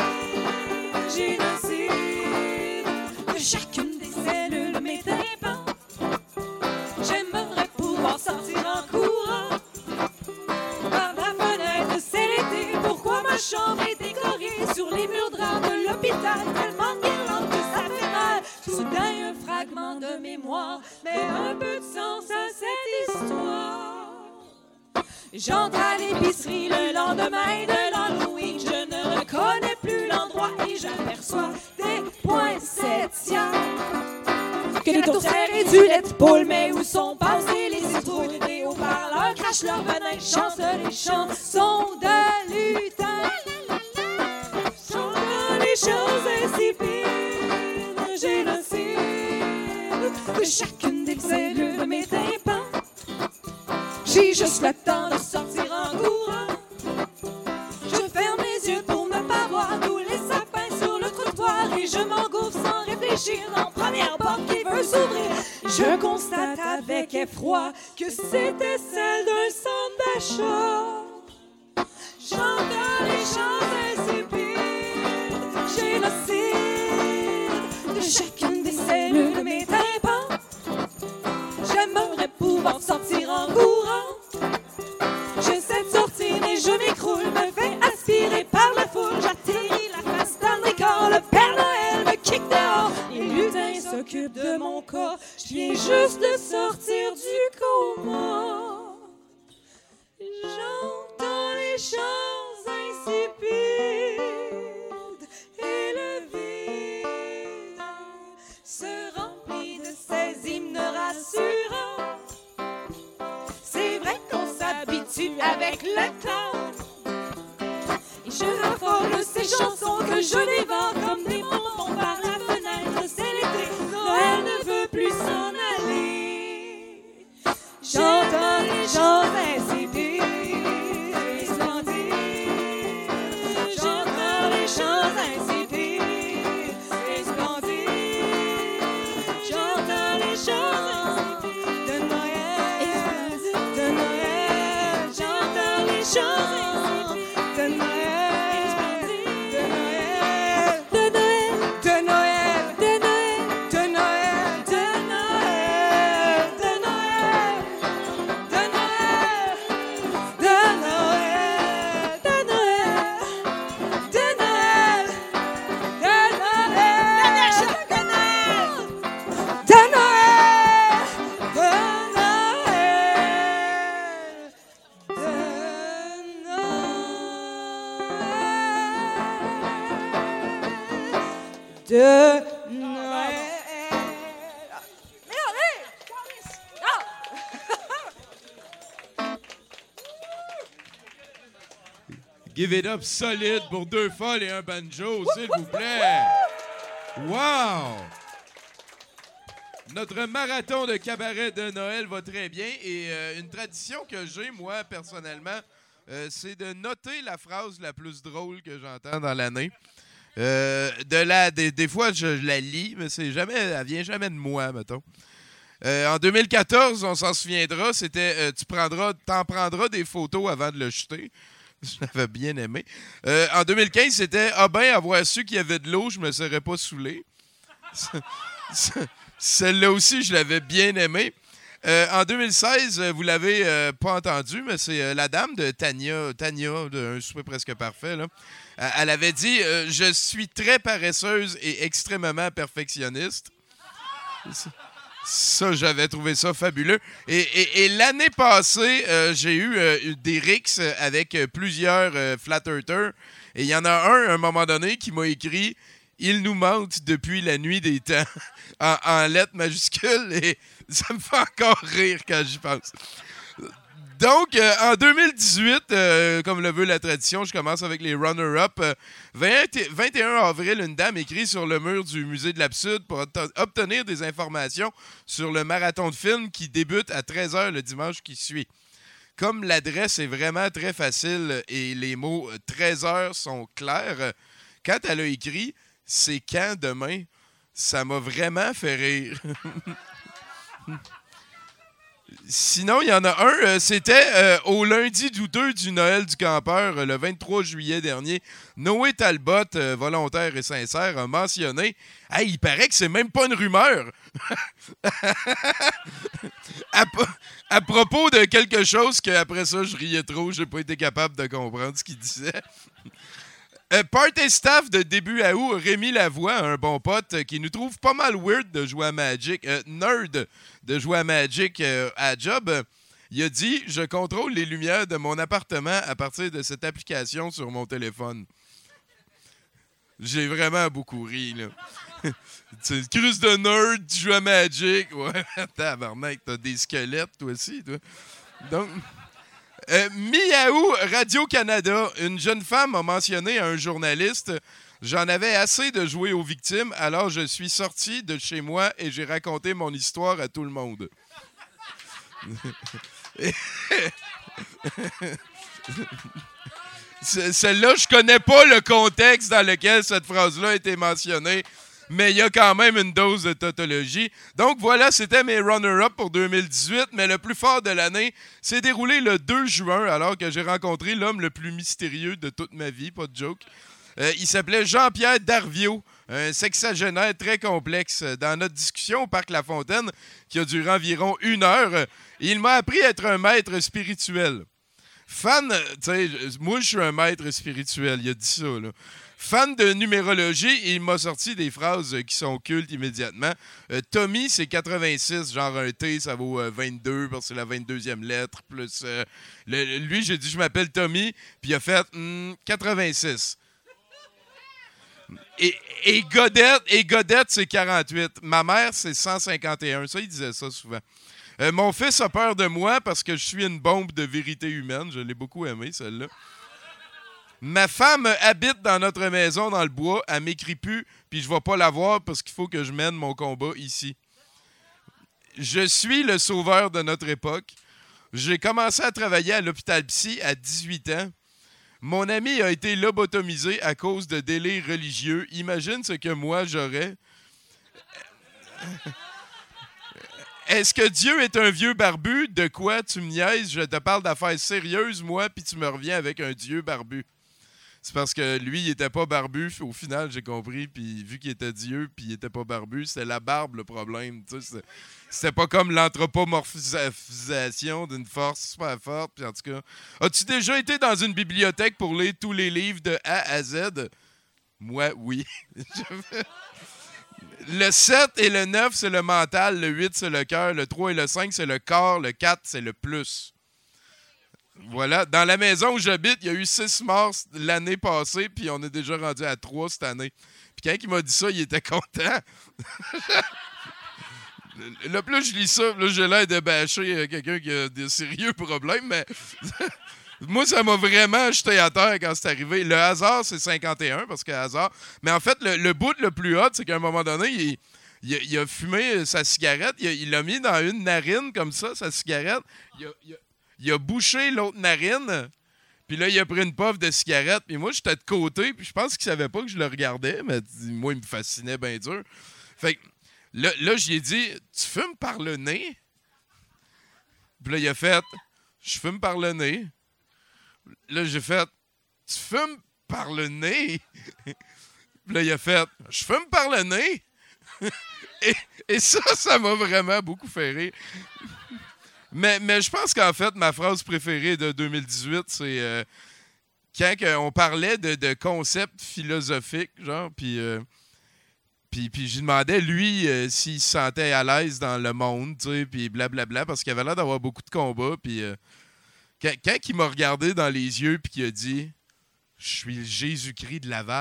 Génocide de chacune des cellules de mes tympans. J'aimerais pouvoir sortir en courant par la fenêtre, c'est l'été. Pourquoi ma chambre est décorée sur les murs de drap de l'hôpital? Tellement de guirlandes que ça fait mal. Soudain un fragment de mémoire, mais un peu de sens à cette histoire. J'entre à l'épicerie le lendemain de l'Halloween. Je ne reconnais plus l'endroit et j'aperçois des poinsettias. Que des tourtières et du lait de poule, mais où sont passés les citrouilles? Des haut-parleurs crachent leur venin, chantent les chansons de lutin. Chantent les choses insipide, génocide de chacune des cellules de mes tympans. J'ai juste le temps de sortir en courant. Je ferme les yeux pour ne pas voir tous les sapins sur le trottoir et je m'engouffre sans réfléchir dans la première porte qui veut s'ouvrir. Je constate avec effroi que c'était celle d'un centre d'achat. J'entends les chants insipides, génocide de chacune des cellules de mes tympans. J'aimerais pouvoir sortir en courant. J'essaie de sortir mais je m'écroule, me fais aspirer par la foule. J'atterris la face dans le décor, le Père Noël me kick dehors. Les lutins s'occupent de mon corps, je viens juste de sortir du coma. J'entends les chants insipides et le vide se remplit de ces hymnes rassurants. C'est vrai qu'on s'habitue avec le temps. Et je raffole ces chansons que je les vends comme des bonbons par la fenêtre. C'est l'été, Noël ne veut plus s'en aller. J'entends les chants insipides et splendides. J'entends les chants insipides et splendides. J'entends les chants insipides de Noël, de Noël. J'entends les chants insipides de Noël, de Noël, de Noël, de Noël, de Noël, de Noël, de Noël, de Noël, de Noël, de Noël, de Noël, de Noël, de Noël, de Noël. Mais allez! Give it up solide pour 2 folles et un banjo, s'il vous plaît. Wow! Notre marathon de cabaret de Noël va très bien et une tradition que j'ai, moi, personnellement, c'est de noter la phrase la plus drôle que j'entends dans l'année. Des fois, je la lis, mais elle vient jamais de moi, mettons. En 2014, on s'en souviendra, c'était t'en prendras des photos avant de le jeter. Je l'avais bien aimé. En 2015, c'était « Ah ben, avoir su qu'il y avait de l'eau, je me serais pas saoulé. » Celle-là aussi, je l'avais bien aimé. En 2016, vous l'avez pas entendu, mais c'est la dame de Tania de Un souper presque parfait, là. Elle avait dit « Je suis très paresseuse et extrêmement perfectionniste. » Ça, j'avais trouvé ça fabuleux. Et l'année passée, j'ai eu des rixes avec plusieurs flat earthers. Et il y en a à un moment donné, qui m'a écrit « Il nous mente depuis la nuit des temps » en lettres majuscules. Et ça me fait encore rire quand j'y pense. Donc, en 2018, comme le veut la tradition, je commence avec les runner-up. 21 avril, une dame écrit sur le mur du musée de l'Absurde pour obtenir des informations sur le marathon de film qui débute à 13h le dimanche qui suit. Comme l'adresse est vraiment très facile et les mots 13h sont clairs, quand elle a écrit « C'est quand demain ?», ça m'a vraiment fait rire. Sinon, il y en a un, c'était au lundi douteux du Noël du campeur, le 23 juillet dernier. Noé Talbot, volontaire et sincère, a mentionné « Hey, il paraît que c'est même pas une rumeur! » à propos de quelque chose qu'après ça, je riais trop, j'ai pas été capable de comprendre ce qu'il disait. Party staff de début à août, Rémi Lavoie, un bon pote, qui nous trouve pas mal weird de jouer à Magic, nerd de jouer à Magic à job. Il a dit « Je contrôle les lumières de mon appartement à partir de cette application sur mon téléphone. » J'ai vraiment beaucoup ri, là. Tu es cruce de nerd, tu joues à Magic. Ouais, tabarnak, t'as des squelettes, toi aussi, toi. Donc... Mi-août, Radio-Canada, une jeune femme a mentionné à un journaliste J'en avais assez de jouer aux victimes, alors je suis sorti de chez moi et j'ai raconté mon histoire à tout le monde. Celle-là, je connais pas le contexte dans lequel cette phrase-là a été mentionnée, mais il y a quand même une dose de tautologie. Donc voilà, c'était mes runner-up pour 2018, mais le plus fort de l'année s'est déroulé le 2 juin, alors que j'ai rencontré l'homme le plus mystérieux de toute ma vie, pas de joke. Il s'appelait Jean-Pierre Darviot, un sexagénaire très complexe. Dans notre discussion au Parc La Fontaine, qui a duré environ 1 heure, il m'a appris à être un maître spirituel. Fan, tu sais, moi je suis un maître spirituel, il a dit ça, là. Fan de numérologie, il m'a sorti des phrases qui sont cultes immédiatement. Tommy, c'est 86, genre un T, ça vaut 22, parce que c'est la 22e lettre. Plus lui, j'ai dit, je m'appelle Tommy, puis il a fait 86. Et Godette, c'est 48. Ma mère, c'est 151. Ça, il disait ça souvent. Mon fils a peur de moi parce que je suis une bombe de vérité humaine. Je l'ai beaucoup aimé, celle-là. Ma femme habite dans notre maison dans le bois. Elle m'écrit plus, puis je vais pas la voir parce qu'il faut que je mène mon combat ici. Je suis le sauveur de notre époque. J'ai commencé à travailler à l'hôpital psy à 18 ans. Mon ami a été lobotomisé à cause de délires religieux. Imagine ce que moi j'aurais. Est-ce que Dieu est un vieux barbu? De quoi tu me niaises? Je te parle d'affaires sérieuses, moi, puis tu me reviens avec un Dieu barbu. C'est parce que lui, il était pas barbu. Au final, j'ai compris. Puis vu qu'il était Dieu, puis il était pas barbu, c'était la barbe le problème. C'était pas comme l'anthropomorphisation d'une force super forte. Puis en tout cas, as-tu déjà été dans une bibliothèque pour lire tous les livres de A à Z? Moi, oui. Le 7 et le 9, c'est le mental. Le 8, c'est le cœur. Le 3 et le 5, c'est le corps. Le 4, c'est le plus. Voilà. Dans la maison où j'habite, il y a eu 6 morts l'année passée, puis on est déjà rendu à 3 cette année. Puis quand il m'a dit ça, il était content. Là, plus je lis ça, là, j'ai l'air de bâcher quelqu'un qui a des sérieux problèmes, mais moi, ça m'a vraiment jeté à terre quand c'est arrivé. Le hasard, c'est 51, parce que hasard. Mais en fait, le bout le plus hot, c'est qu'à un moment donné, il a fumé sa cigarette, il l'a mis dans une narine comme ça, sa cigarette. Il a bouché l'autre narine, puis là, il a pris une puff de cigarette, puis moi, j'étais de côté, puis je pense qu'il savait pas que je le regardais, mais moi, il me fascinait bien dur. Fait que là, je lui ai dit, tu fumes par le nez? Puis là, il a fait, je fume par le nez. Là, j'ai fait, tu fumes par le nez? Puis là, il a fait, je fume par le nez? et ça m'a vraiment beaucoup fait rire. Mais je pense qu'en fait, ma phrase préférée de 2018, c'est quand on parlait de concepts philosophiques, genre, puis je lui demandais, lui, s'il se sentait à l'aise dans le monde, tu sais, puis blablabla, parce qu'il avait l'air d'avoir beaucoup de combats, puis quand il m'a regardé dans les yeux, puis qu'il a dit « Je suis le Jésus-Christ de Laval »,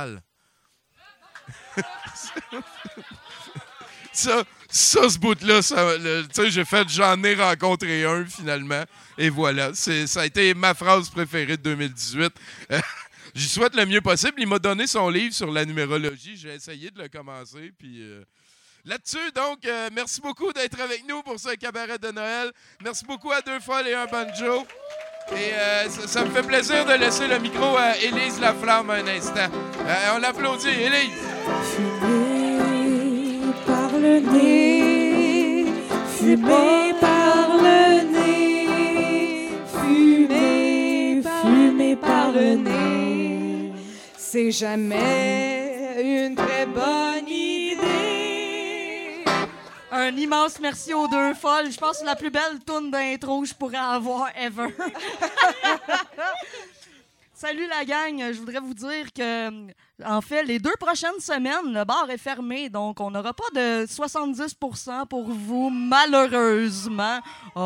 Ça, ce bout-là, j'ai fait « J'en ai rencontré un, finalement. » Et voilà, ça a été ma phrase préférée de 2018. J'y souhaite le mieux possible. Il m'a donné son livre sur la numérologie. J'ai essayé de le commencer. Puis là-dessus, donc, merci beaucoup d'être avec nous pour ce cabaret de Noël. Merci beaucoup à Deux Folles et un Banjo. Et ça me fait plaisir de laisser le micro à Élise Laflamme un instant. On l'applaudit, Élise. Le nez, fumé par le nez, fumé par le nez. C'est jamais une très bonne idée. Un immense merci aux Deux Folles. Je pense que c'est la plus belle toune d'intro que je pourrais avoir ever. Salut la gang, je voudrais vous dire que, en fait, les 2 prochaines semaines, le bar est fermé, donc on n'aura pas de 70% pour vous, malheureusement.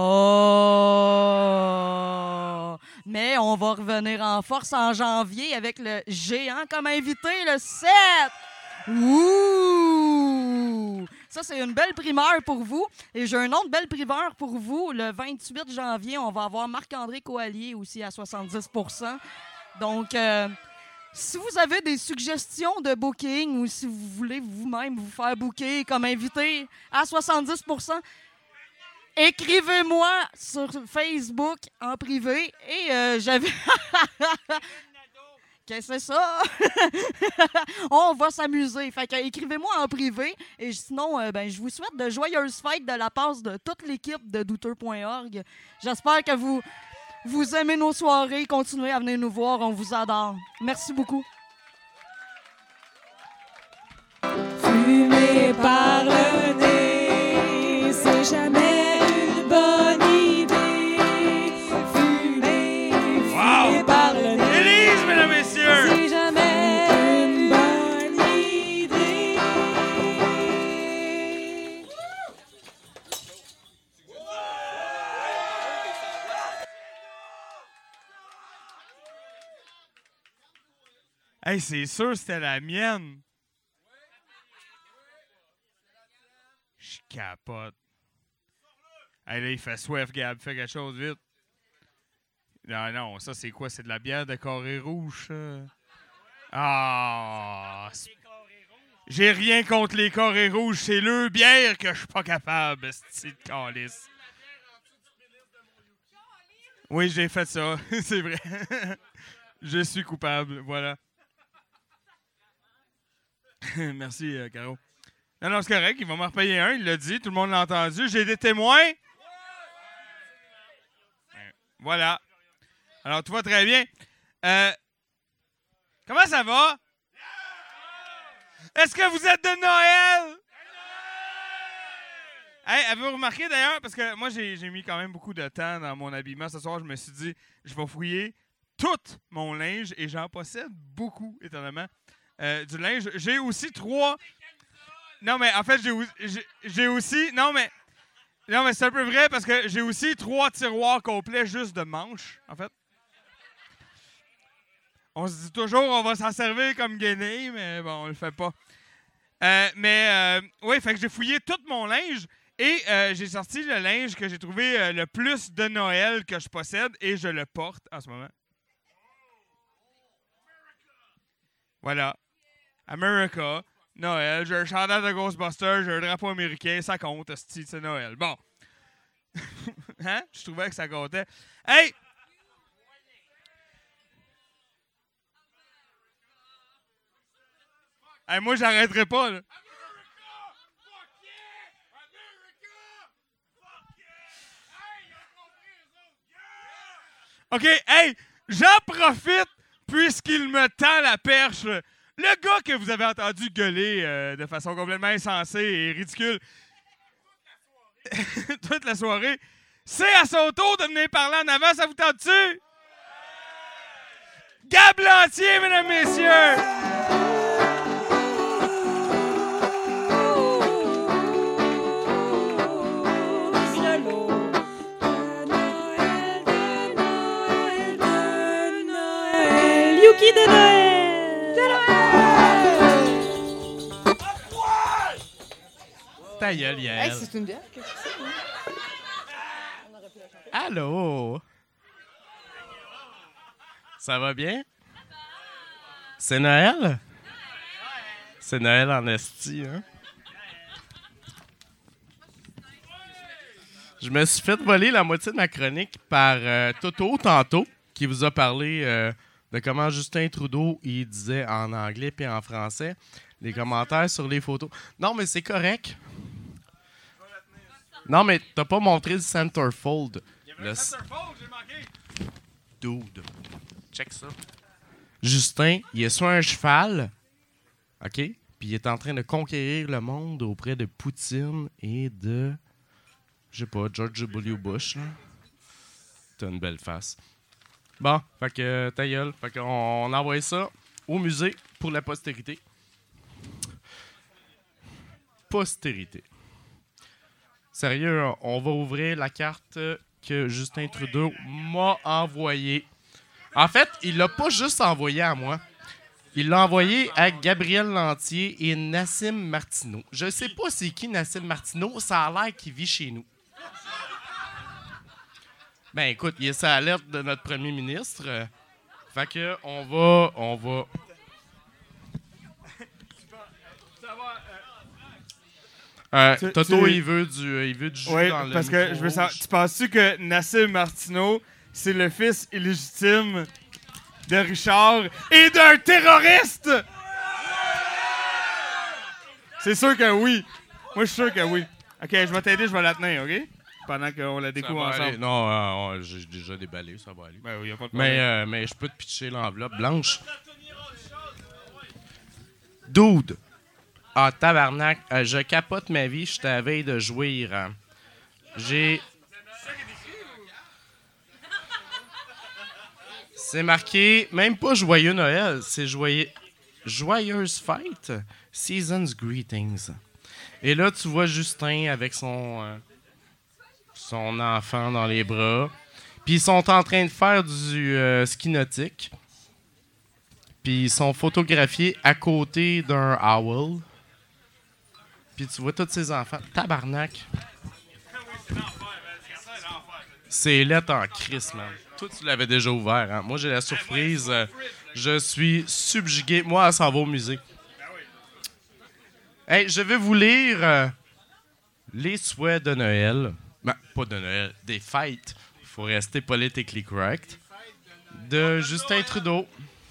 Oh! Mais on va revenir en force en janvier avec le géant comme invité, le 7! Ouh! Ça, c'est une belle primeur pour vous. Et j'ai un autre belle primeur pour vous. Le 28 janvier, on va avoir Marc-André Coallier aussi à 70%. Donc, Si vous avez des suggestions de booking ou si vous voulez vous-même vous faire booker comme invité à 70%, écrivez-moi sur Facebook en privé et j'avais... Qu'est-ce que c'est ça? On va s'amuser. Fait que écrivez-moi en privé et sinon, je vous souhaite de joyeuses fêtes de la part de toute l'équipe de douteux.org. J'espère que vous aimez nos soirées. Continuez à venir nous voir. On vous adore. Merci beaucoup. Fumer par le nez, c'est jamais une bonne idée. Fumer par le nez. Élise, mesdames et messieurs! C'est jamais une bonne idée. Hey, c'est sûr c'était la mienne. Je capote. Hey, là, il fait soif, Gab. Fais quelque chose vite. Non, ça, c'est quoi? C'est de la bière de Carré Rouge, ça? Ah! J'ai rien contre les Carrés Rouges. C'est le bière que je suis pas capable, c'est de calice. Oui, j'ai fait ça. C'est vrai. Je suis coupable. Voilà. Merci, Caro. Non, c'est correct. Il va m'en repayer un. Il l'a dit. Tout le monde l'a entendu. J'ai des témoins. Voilà. Alors, tout va très bien. Comment ça va? Est-ce que vous êtes de Noël? Hey, avez-vous remarqué d'ailleurs, parce que moi, j'ai mis quand même beaucoup de temps dans mon habillement ce soir, je me suis dit, je vais fouiller tout mon linge et j'en possède beaucoup, étonnamment, du linge. J'ai aussi 3... Non, mais en fait, j'ai aussi... Non, mais c'est un peu vrai parce que j'ai aussi 3 tiroirs complets juste de manches, en fait. On se dit toujours on va s'en servir comme guenille, mais bon, on le fait pas. Oui, fait que j'ai fouillé tout mon linge et j'ai sorti le linge que j'ai trouvé le plus de Noël que je possède et je le porte en ce moment. Voilà. America. Noël, j'ai un chandail de Ghostbusters, j'ai un drapeau américain, ça compte, c'est Noël. Bon. Hein? Je trouvais que ça comptait. Hey! Hey, moi, j'arrêterai pas, là. OK, hey, j'en profite puisqu'il me tend la perche. Le gars que vous avez entendu gueuler de façon complètement insensée et ridicule toute la soirée, c'est à son tour de venir parler en avant. Ça vous tente-tu? Gab Lantier, mesdames, messieurs! Yuki de Noël! Ta gueule, Yael. Hey, c'est une bière? Qu'est-ce que c'est? Allô? Ça va bien? C'est Noël? C'est Noël en esti, hein? Je me suis fait voler la moitié de ma chronique par Toto tantôt, qui vous a parlé de comment Justin Trudeau, il disait en anglais puis en français les commentaires sur les photos. Non, mais c'est correct. Non, mais t'as pas montré le centerfold. Il y avait un centerfold, j'ai manqué. Dude. Check ça. Justin, il est sur un cheval, OK? Puis il est en train de conquérir le monde auprès de Poutine et de... Je sais pas, George W. Bush, là. T'as une belle face. Bon, fait que ta gueule. Fait qu'on envoie ça au musée pour la postérité. Postérité. Sérieux, on va ouvrir la carte que Justin Trudeau m'a envoyée. En fait, il l'a pas juste envoyé à moi. Il l'a envoyé à Gabriel Lantier et Nassim Martineau. Je sais pas c'est qui Nassim Martineau, ça a l'air qu'il vit chez nous. Ben écoute, il est sur l'alerte de notre premier ministre. Fait que on va. Toto, il veut du jus Oui, dans le parce que je veux savoir, tu penses-tu que Nassim Martineau, c'est le fils illégitime de Richard et d'un terroriste? C'est sûr que oui. Moi, je suis sûr que oui. OK, je vais t'aider, je vais la tenir, OK? Pendant qu'on la découvre ensemble. Non, j'ai déjà déballé, ça va aller. Ben oui, y a pas de problème. Mais je peux te pitcher l'enveloppe blanche. Dude. Ah, tabarnak. Je capote ma vie, je suis à la veille de jouir. J'ai... C'est marqué, même pas Joyeux Noël, c'est Joyeuse Fête, Season's Greetings. Et là, tu vois Justin avec son enfant dans les bras. Puis ils sont en train de faire du ski nautique. Puis ils sont photographiés à côté d'un owl. Puis tu vois tous ces enfants. Tabarnak. C'est lettre en crise, man. Toi, tu l'avais déjà ouvert, hein? Moi, j'ai la surprise. Je suis subjugué. Moi, elle s'en va au musée. Hey, je vais vous lire les souhaits de Noël. Ben, pas de Noël, des fêtes. Il faut rester politically correct. De Justin Trudeau.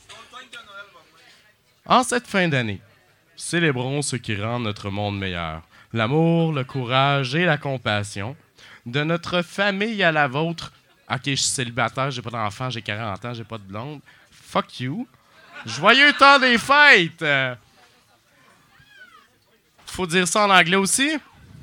En cette fin d'année, célébrons ce qui rend notre monde meilleur. L'amour, le courage et la compassion. De notre famille à la vôtre. OK, je suis célibataire, j'ai pas d'enfant, j'ai 40 ans, j'ai pas de blonde. Fuck you. Joyeux temps des fêtes! Faut dire ça en anglais aussi?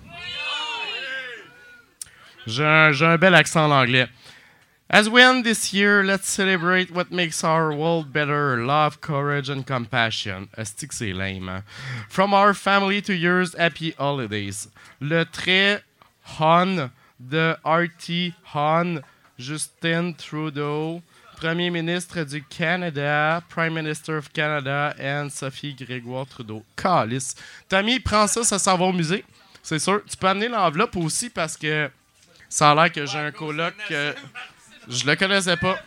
J'ai un bel accent en anglais. As we end this year, let's celebrate what makes our world better. Love, courage and compassion. Est-ce que c'est lame, hein? From our family to yours, happy holidays. Le trait Hon de R.T. Hon, Justin Trudeau, Premier ministre du Canada, Prime Minister of Canada, and Sophie Grégoire Trudeau. Calice. Tommy, prends ça, ça s'en va au musée. C'est sûr. Tu peux amener l'enveloppe aussi parce que ça a l'air que j'ai un coloc que je le connaissais pas.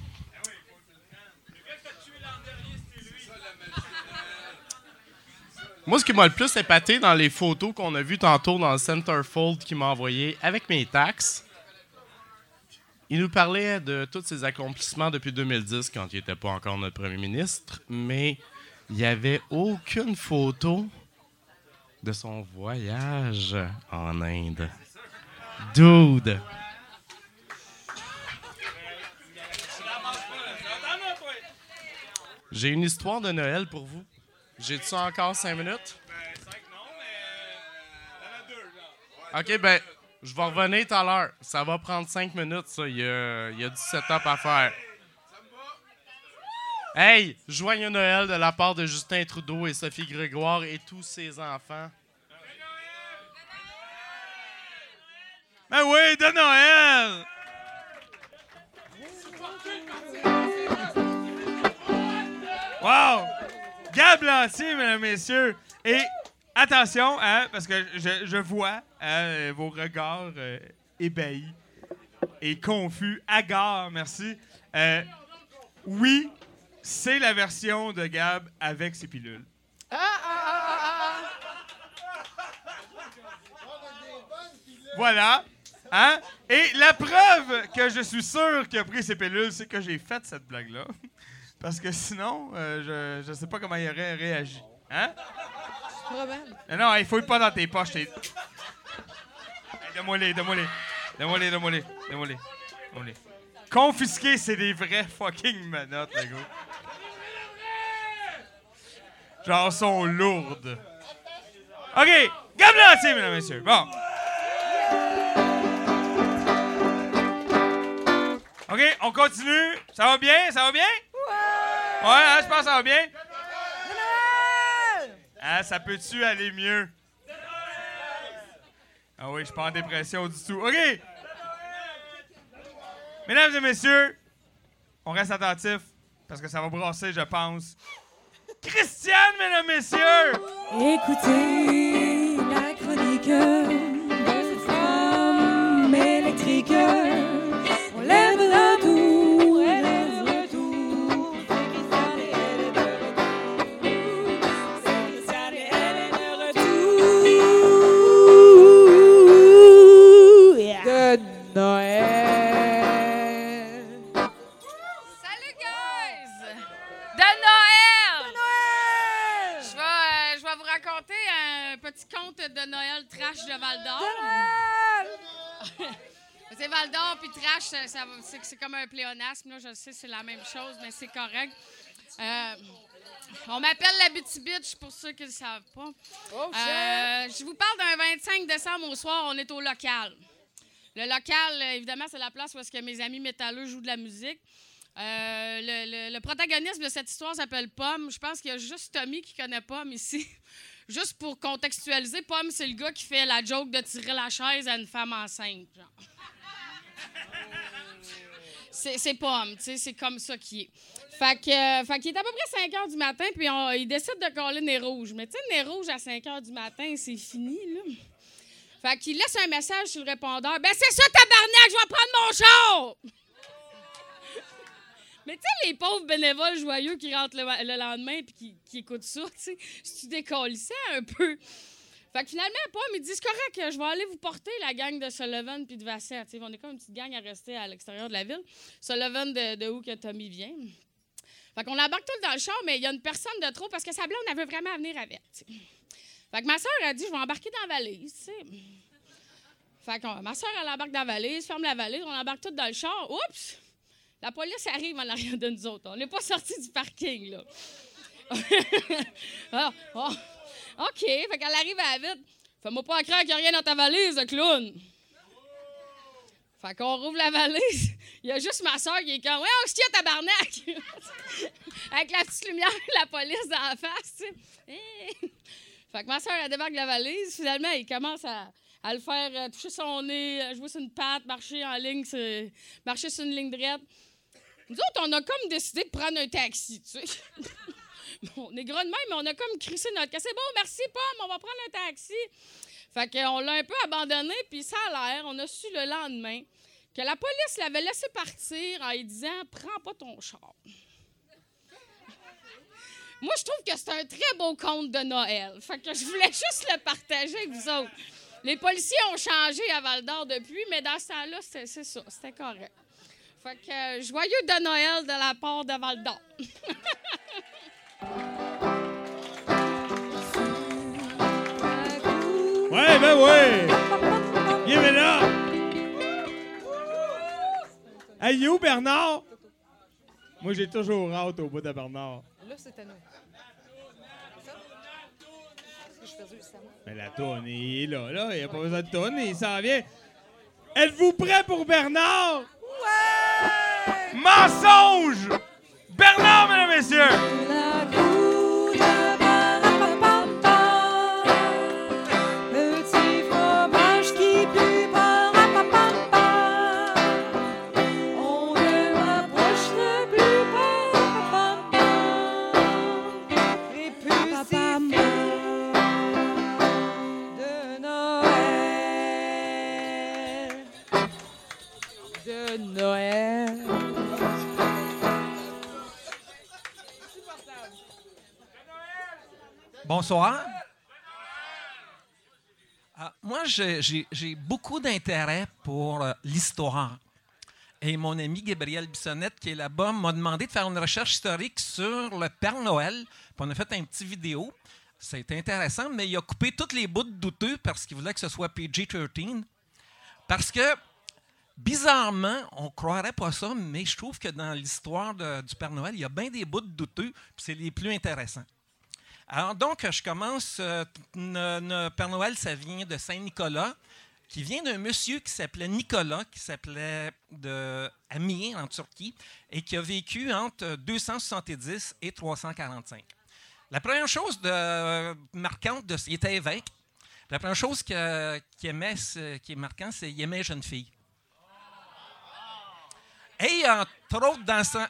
Moi, ce qui m'a le plus épaté dans les photos qu'on a vues tantôt dans le Centerfold qu'il m'a envoyé avec mes taxes, il nous parlait de tous ses accomplissements depuis 2010 quand il n'était pas encore notre premier ministre, mais il n'y avait aucune photo de son voyage en Inde. Dude! J'ai une histoire de Noël pour vous. J'ai-tu encore 5 minutes? Ben, 5 non, mais... il y en a 2, là. OK, ben, je vais revenir tout à l'heure. Ça va prendre 5 minutes, ça. Il y a du setup à faire. Hey! Joyeux Noël de la part de Justin Trudeau et Sophie Grégoire et tous ses enfants. Ben oui, de Noël! Wow! Gab Lantier, mesdames et messieurs. Et attention, hein, parce que je vois vos regards ébahis et confus, hagards, merci. Oui, c'est la version de Gab avec ses pilules. Voilà. Hein? Et la preuve que je suis sûr qu'il a pris ses pilules, c'est que j'ai fait cette blague-là. Parce que sinon, je sais pas comment il aurait réagi. Hein? Probable. Non, il fouille pas dans tes poches. Hey, donne-moi-les. Confisquer, c'est des vrais fucking menottes, les gars. Genre, sont lourdes. OK, Gab Lantier, mesdames et messieurs. Bon. OK, on continue. Ça va bien? Ouais, hein, je pense que ça va bien. Ah, ça peut-tu aller mieux? Ah oui, je suis pas en dépression du tout. OK. Mesdames et messieurs, on reste attentifs parce que ça va brasser, je pense. Christiane, mesdames et messieurs! Écoutez la chronique de cette femme électrique. On lève le tour, elle lève le tour. raconter un petit conte de Noël trash de Val-d'Or. C'est Val-d'Or puis trash, c'est comme un pléonasme. Là, je sais, c'est la même chose, mais c'est correct. On m'appelle la Bitty Bitch pour ceux qui ne le savent pas. Je vous parle d'un 25 décembre au soir, on est au local. Le local, évidemment, c'est la place où est-ce que mes amis métalleux jouent de la musique. Le protagoniste de cette histoire s'appelle Pomme. Je pense qu'il y a juste Tommy qui connaît Pomme ici. Juste pour contextualiser, Pomme, c'est le gars qui fait la joke de tirer la chaise à une femme enceinte. Genre. C'est Pomme, tu sais, c'est comme ça qu'il est. Fait qu'il est à peu près 5 h du matin, puis il décide de coller Nez Rouge. Mais tu sais, Nez Rouge à 5 h du matin, c'est fini, là. Fait qu'il laisse un message sur le répondeur. « Ben c'est ça, tabarnak, je vais prendre mon char! » Mais tu sais, les pauvres bénévoles joyeux qui rentrent le lendemain puis qui écoutent ça, tu sais, si tu décollissais un peu. Fait que finalement, Pomme, il dit « C'est correct, je vais aller vous porter la gang de Sullivan puis de Vassar. » Tu sais, on est comme une petite gang à rester à l'extérieur de la ville. Sullivan de où que Tommy vient. Fait qu'on embarque tout dans le char, mais il y a une personne de trop parce que sa blonde, elle veut vraiment venir avec, tu sais. Fait que ma soeur a dit, je vais embarquer dans la valise, tu sais. Fait que ma soeur, elle embarque dans la valise, ferme la valise, on embarque tout dans le char. Oups! La police arrive en arrière de nous autres. On n'est pas sortis du parking, là. OK, fait qu'elle arrive à la vite. Fais-moi pas croire qu'il n'y a rien dans ta valise, le clown. Fait qu'on rouvre la valise. Il y a juste ma soeur qui est comme, ouais, on se tient tabarnak! Avec la petite lumière et la police dans la face, tu sais. Fait que ma soeur, elle débarque de la valise. Finalement, il commence à le faire toucher son nez, jouer sur une patte, marcher en ligne, marcher sur une ligne droite. Nous autres, on a comme décidé de prendre un taxi, tu sais. On est gros de même, mais on a comme crissé notre cas. C'est bon, merci, Pomme, on va prendre un taxi. Fait qu'on l'a un peu abandonné, puis ça a l'air, on a su le lendemain, que la police l'avait laissé partir en lui disant « Prends pas ton char ». Moi, je trouve que c'est un très beau conte de Noël. Fait que je voulais juste le partager avec vous autres. Les policiers ont changé à Val-d'Or depuis, mais dans ce temps-là, c'est ça, c'était correct. Fait que joyeux de Noël de la part de Val-d'Or. Ouais, ben ouais! Give it up! Hey, où Bernard? Moi, j'ai toujours hâte au bout de Bernard. Là, c'est à nous. Mais la toune est là, il n'y a pas besoin de toune, il s'en vient. Êtes-vous prêts pour Bernard? Ouais! Mensonge! Bernard, mesdames et messieurs! Petit fromage qui pue par on ne m'approche plus par et plus c'est de Noël. De Noël. Bonsoir. Moi, j'ai beaucoup d'intérêt pour l'histoire. Et mon ami Gabriel Bissonnette, qui est là-bas, m'a demandé de faire une recherche historique sur le Père Noël. Puis on a fait un petit vidéo. C'était intéressant, mais il a coupé tous les bouts douteux parce qu'il voulait que ce soit PG-13. Parce que, bizarrement, on ne croirait pas ça, mais je trouve que dans l'histoire du Père Noël, il y a bien des bouts douteux, puis c'est les plus intéressants. Alors donc, je commence. Le Père Noël, ça vient de Saint-Nicolas, qui vient d'un monsieur qui s'appelait Nicolas, qui s'appelait à Mir, en Turquie, et qui a vécu entre 270 et 345. La première chose marquante, il était évêque. La première chose qui est marquant, c'est qu'il aimait les jeunes filles. Et entre autres,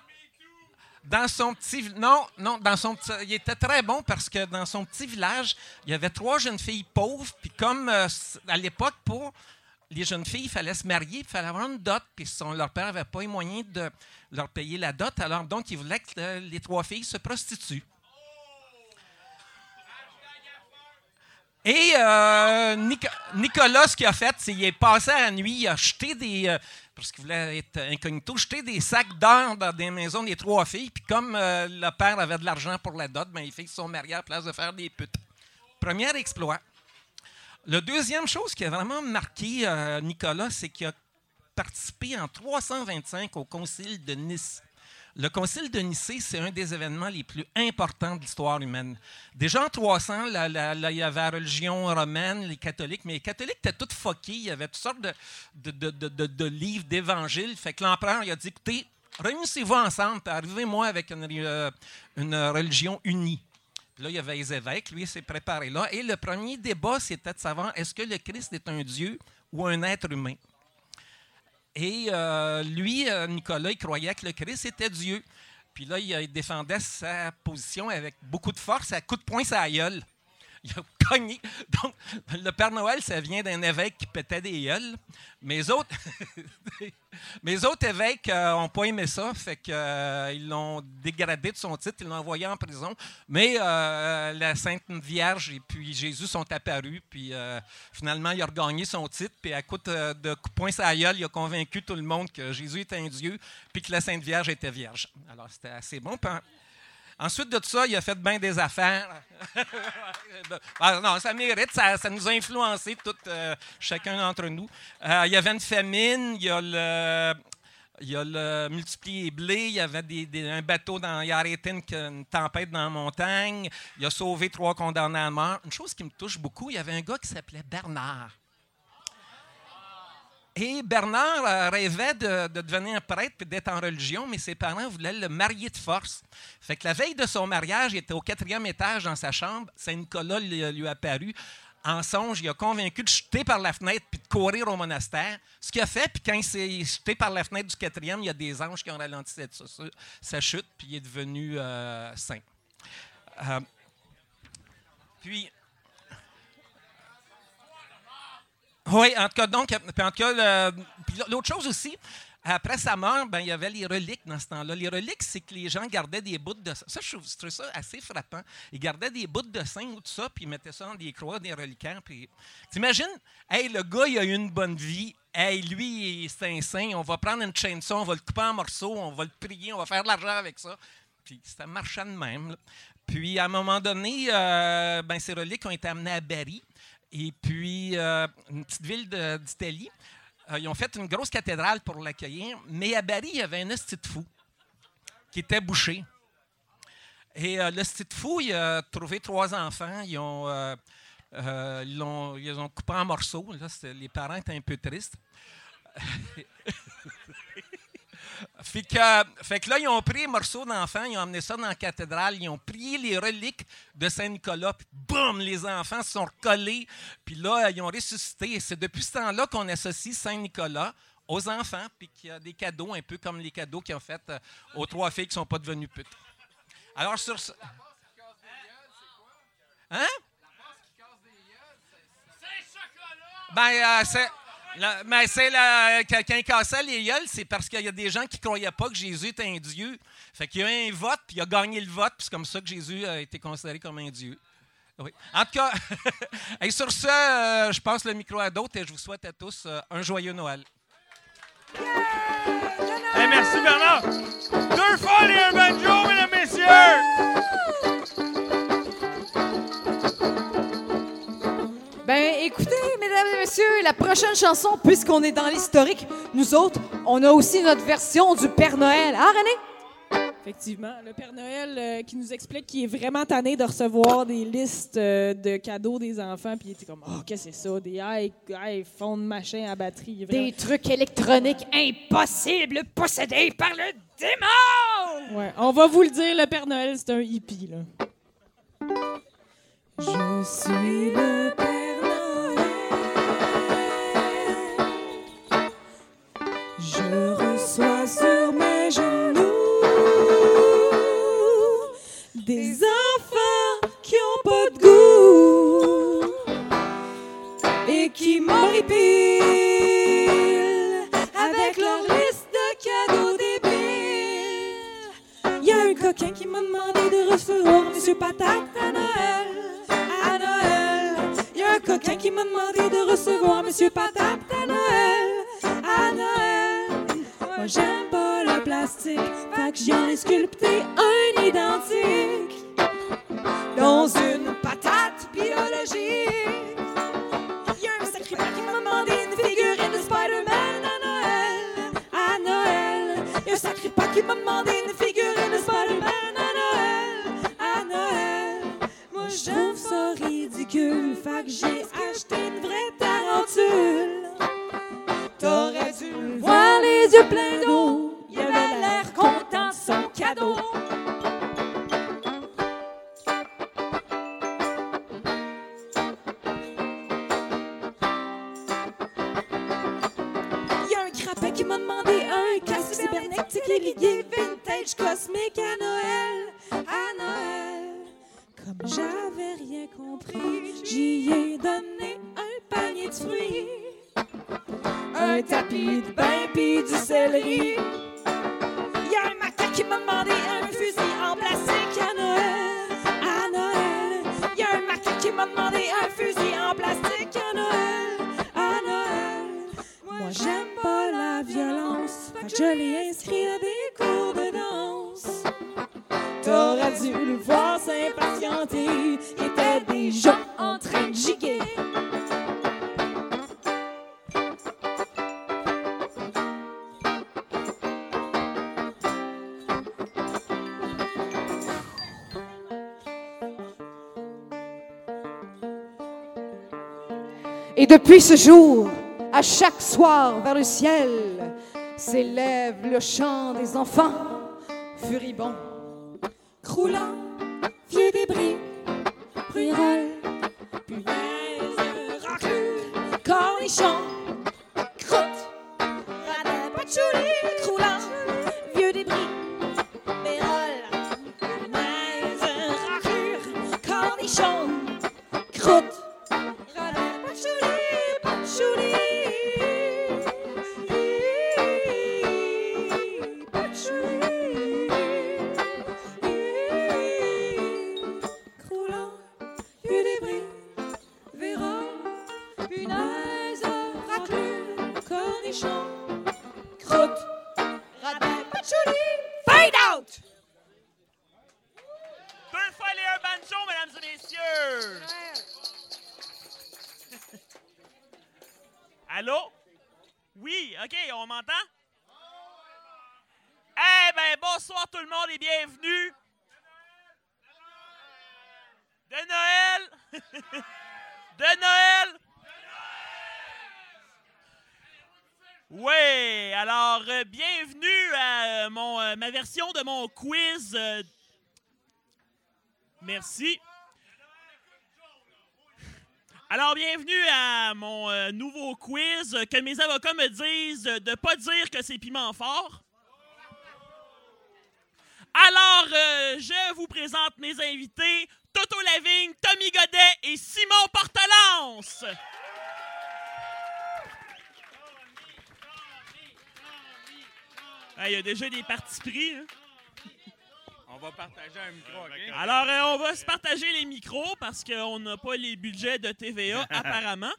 il était très bon parce que dans son petit village, il y avait 3 jeunes filles pauvres. Puis comme à l'époque, pour les jeunes filles, il fallait se marier, il fallait avoir une dot. Puis leur père n'avait pas les moyens de leur payer la dot. Alors donc, il voulait que les 3 filles se prostituent. Et Nicolas, ce qu'il a fait, c'est qu'il est passé à la nuit, il a jeté parce qu'il voulait être incognito, jeter des sacs d'or dans des maisons des 3 filles. Puis comme le père avait de l'argent pour la dot, ben les filles se sont mariées à la place de faire des putes. Premier exploit. La deuxième chose qui a vraiment marqué Nicolas, c'est qu'il a participé en 325 au Concile de Nice. Le Concile de Nicée, c'est un des événements les plus importants de l'histoire humaine. Déjà en 300, là, il y avait la religion romaine, les catholiques, mais les catholiques étaient tous fuckés. Il y avait toutes sortes de livres, d'évangiles. Fait que l'empereur il a dit, écoutez, réunissez-vous ensemble, puis arrivez-moi avec une religion unie. Puis là, il y avait les évêques, lui, il s'est préparé là. Et le premier débat, c'était de savoir, est-ce que le Christ est un Dieu ou un être humain? Et lui, Nicolas, il croyait que le Christ était Dieu. Puis là, il défendait sa position avec beaucoup de force, à coups de poing sur la gueule. Il a cogné. Donc, le Père Noël, ça vient d'un évêque qui pétait des gueules. Mais les autres évêques n'ont pas aimé ça, fait qu'ils l'ont dégradé de son titre, ils l'ont envoyé en prison. Mais la Sainte Vierge et puis Jésus sont apparus, puis finalement, il a regagné son titre, puis à coup de coups de poing sur la gueule, il a convaincu tout le monde que Jésus était un Dieu, puis que la Sainte Vierge était vierge. Alors, c'était assez bon. Puis, ensuite de tout ça, il a fait bien des affaires. Non, ça mérite, ça nous a influencé chacun d'entre nous. Il y avait une famine, il y a le multiplié blé, il y avait un bateau, il a arrêté une tempête dans la montagne, il a sauvé 3 condamnés à mort. Une chose qui me touche beaucoup, il y avait un gars qui s'appelait Bernard. Et Bernard rêvait de devenir prêtre et d'être en religion, mais ses parents voulaient le marier de force. Fait que la veille de son mariage, il était au 4e étage dans sa chambre. Saint-Nicolas lui a apparu. En songe, il a convaincu de chuter par la fenêtre puis de courir au monastère. Ce qu'il a fait, puis quand il s'est jeté par la fenêtre du 4e, il y a des anges qui ont ralenti sa chute, puis il est devenu saint. Puis... Oui, en tout cas, donc, l'autre chose aussi, après sa mort, il y avait les reliques dans ce temps-là. Les reliques, c'est que les gens gardaient des bouts de... Ça, je trouve ça assez frappant. Ils gardaient des bouts de sein ou tout ça, puis ils mettaient ça dans des croix, des reliquaires. Puis... T'imagines, hey, le gars, il a eu une bonne vie. Hey, lui, c'est un saint. On va prendre une chaîne de ça, on va le couper en morceaux, on va le prier, on va faire de l'argent avec ça. Puis ça marchait de même. Là. Puis, à un moment donné, ces reliques ont été amenées à Bari. Et puis, une petite ville d'Italie, ils ont fait une grosse cathédrale pour l'accueillir. Mais à Bari, il y avait un hostie de fou qui était bouché. Et l'hostie de fou, il a trouvé 3 enfants. Ils ont coupé en morceaux. Là, les parents étaient un peu tristes. Fait que là, ils ont pris les morceaux d'enfants, ils ont emmené ça dans la cathédrale, ils ont prié les reliques de Saint-Nicolas, puis boum, les enfants se sont recollés, puis là, ils ont ressuscité. Et c'est depuis ce temps-là qu'on associe Saint-Nicolas aux enfants, puis qu'il y a des cadeaux, un peu comme les cadeaux qu'ils ont fait aux 3 filles qui ne sont pas devenues putes. Alors, sur ce... Hein? C'est... Mais quand il cassait les gueules, c'est parce qu'il y a des gens qui ne croyaient pas que Jésus était un Dieu. Fait qu'il y a eu un vote, puis il a gagné le vote, puis c'est comme ça que Jésus a été considéré comme un Dieu. Oui. En tout cas, et sur ce, je passe le micro à d'autres et je vous souhaite à tous un joyeux Noël. Hey, merci Bernard. 2 folles et un banjo, mesdames, messieurs. Ben, écoutez, mesdames et messieurs, la prochaine chanson, puisqu'on est dans l'historique, nous autres, on a aussi notre version du Père Noël. Hein, René? Effectivement, le Père Noël qui nous explique qu'il est vraiment tanné de recevoir des listes de cadeaux des enfants, puis il était comme, oh, qu'est-ce que c'est ça? Des iPhone machin à batterie. Des trucs électroniques impossibles possédés par le démon! Ouais, on va vous le dire, le Père Noël, c'est un hippie, là. Je suis le Père Je reçois sur mes genoux des enfants qui ont pas de goût et qui m'horripilent avec leur liste de cadeaux débiles. Il y a un coquin qui m'a demandé de recevoir Monsieur Patate à Noël. À Noël. Il y a un coquin qui m'a demandé de recevoir Monsieur Patate à Noël. À Noël. Moi j'aime pas le plastique, fait que j'en ai sculpté un identique dans une patate, pis ridicule. Fait que j'ai acheté une vraie tarentule. T'aurais dû le voir les yeux pleins d'eau. Il avait l'air content de son cadeau. Il y a un crapet qui m'a demandé un casque cybernétique et lié vintage cosmique à Noël. À Noël. Comme j'avais rien compris, j'y ai donné un panier de fruits. Un tapis de bain pis du céleri. Il y a un macaque qui m'a demandé un fusil en plastique à Noël. À Noël. Il y a un macaque qui m'a demandé un fusil en plastique à Noël. À Noël. Moi j'aime pas la violence, fait que je l'ai inscrit à des cours de danse. T'aurais dû le voir s'impatienter, il était déjà en train de giguer. Et depuis ce jour, à chaque soir vers le ciel, s'élève le chant des enfants furibonds. Croulant, vieux débris, brûle, punaise, raclure, cornichon, croûte, radin, patchouli, croulant, vieux débris, vérole, punaise, raclure, cornichon, croûte, radin, patchouli, patchouli. Croûte, radin, patchouli, fade out! Deux fois les un banjo, mesdames et messieurs! Allô? Oui, OK, on m'entend? Eh bien, bonsoir tout le monde et bienvenue! De Noël! De Noël! Oui, alors bienvenue à ma version de mon quiz. Merci. Alors bienvenue à mon nouveau quiz que mes avocats me disent de ne pas dire que c'est piment fort. Alors, je vous présente mes invités, Toto Lavigne, Tommy Godet et Simon Portelance. Il y a déjà des partis pris. Hein? On va partager un micro, OK? Alors, on va se partager les micros parce qu'on n'a pas les budgets de TVA, apparemment.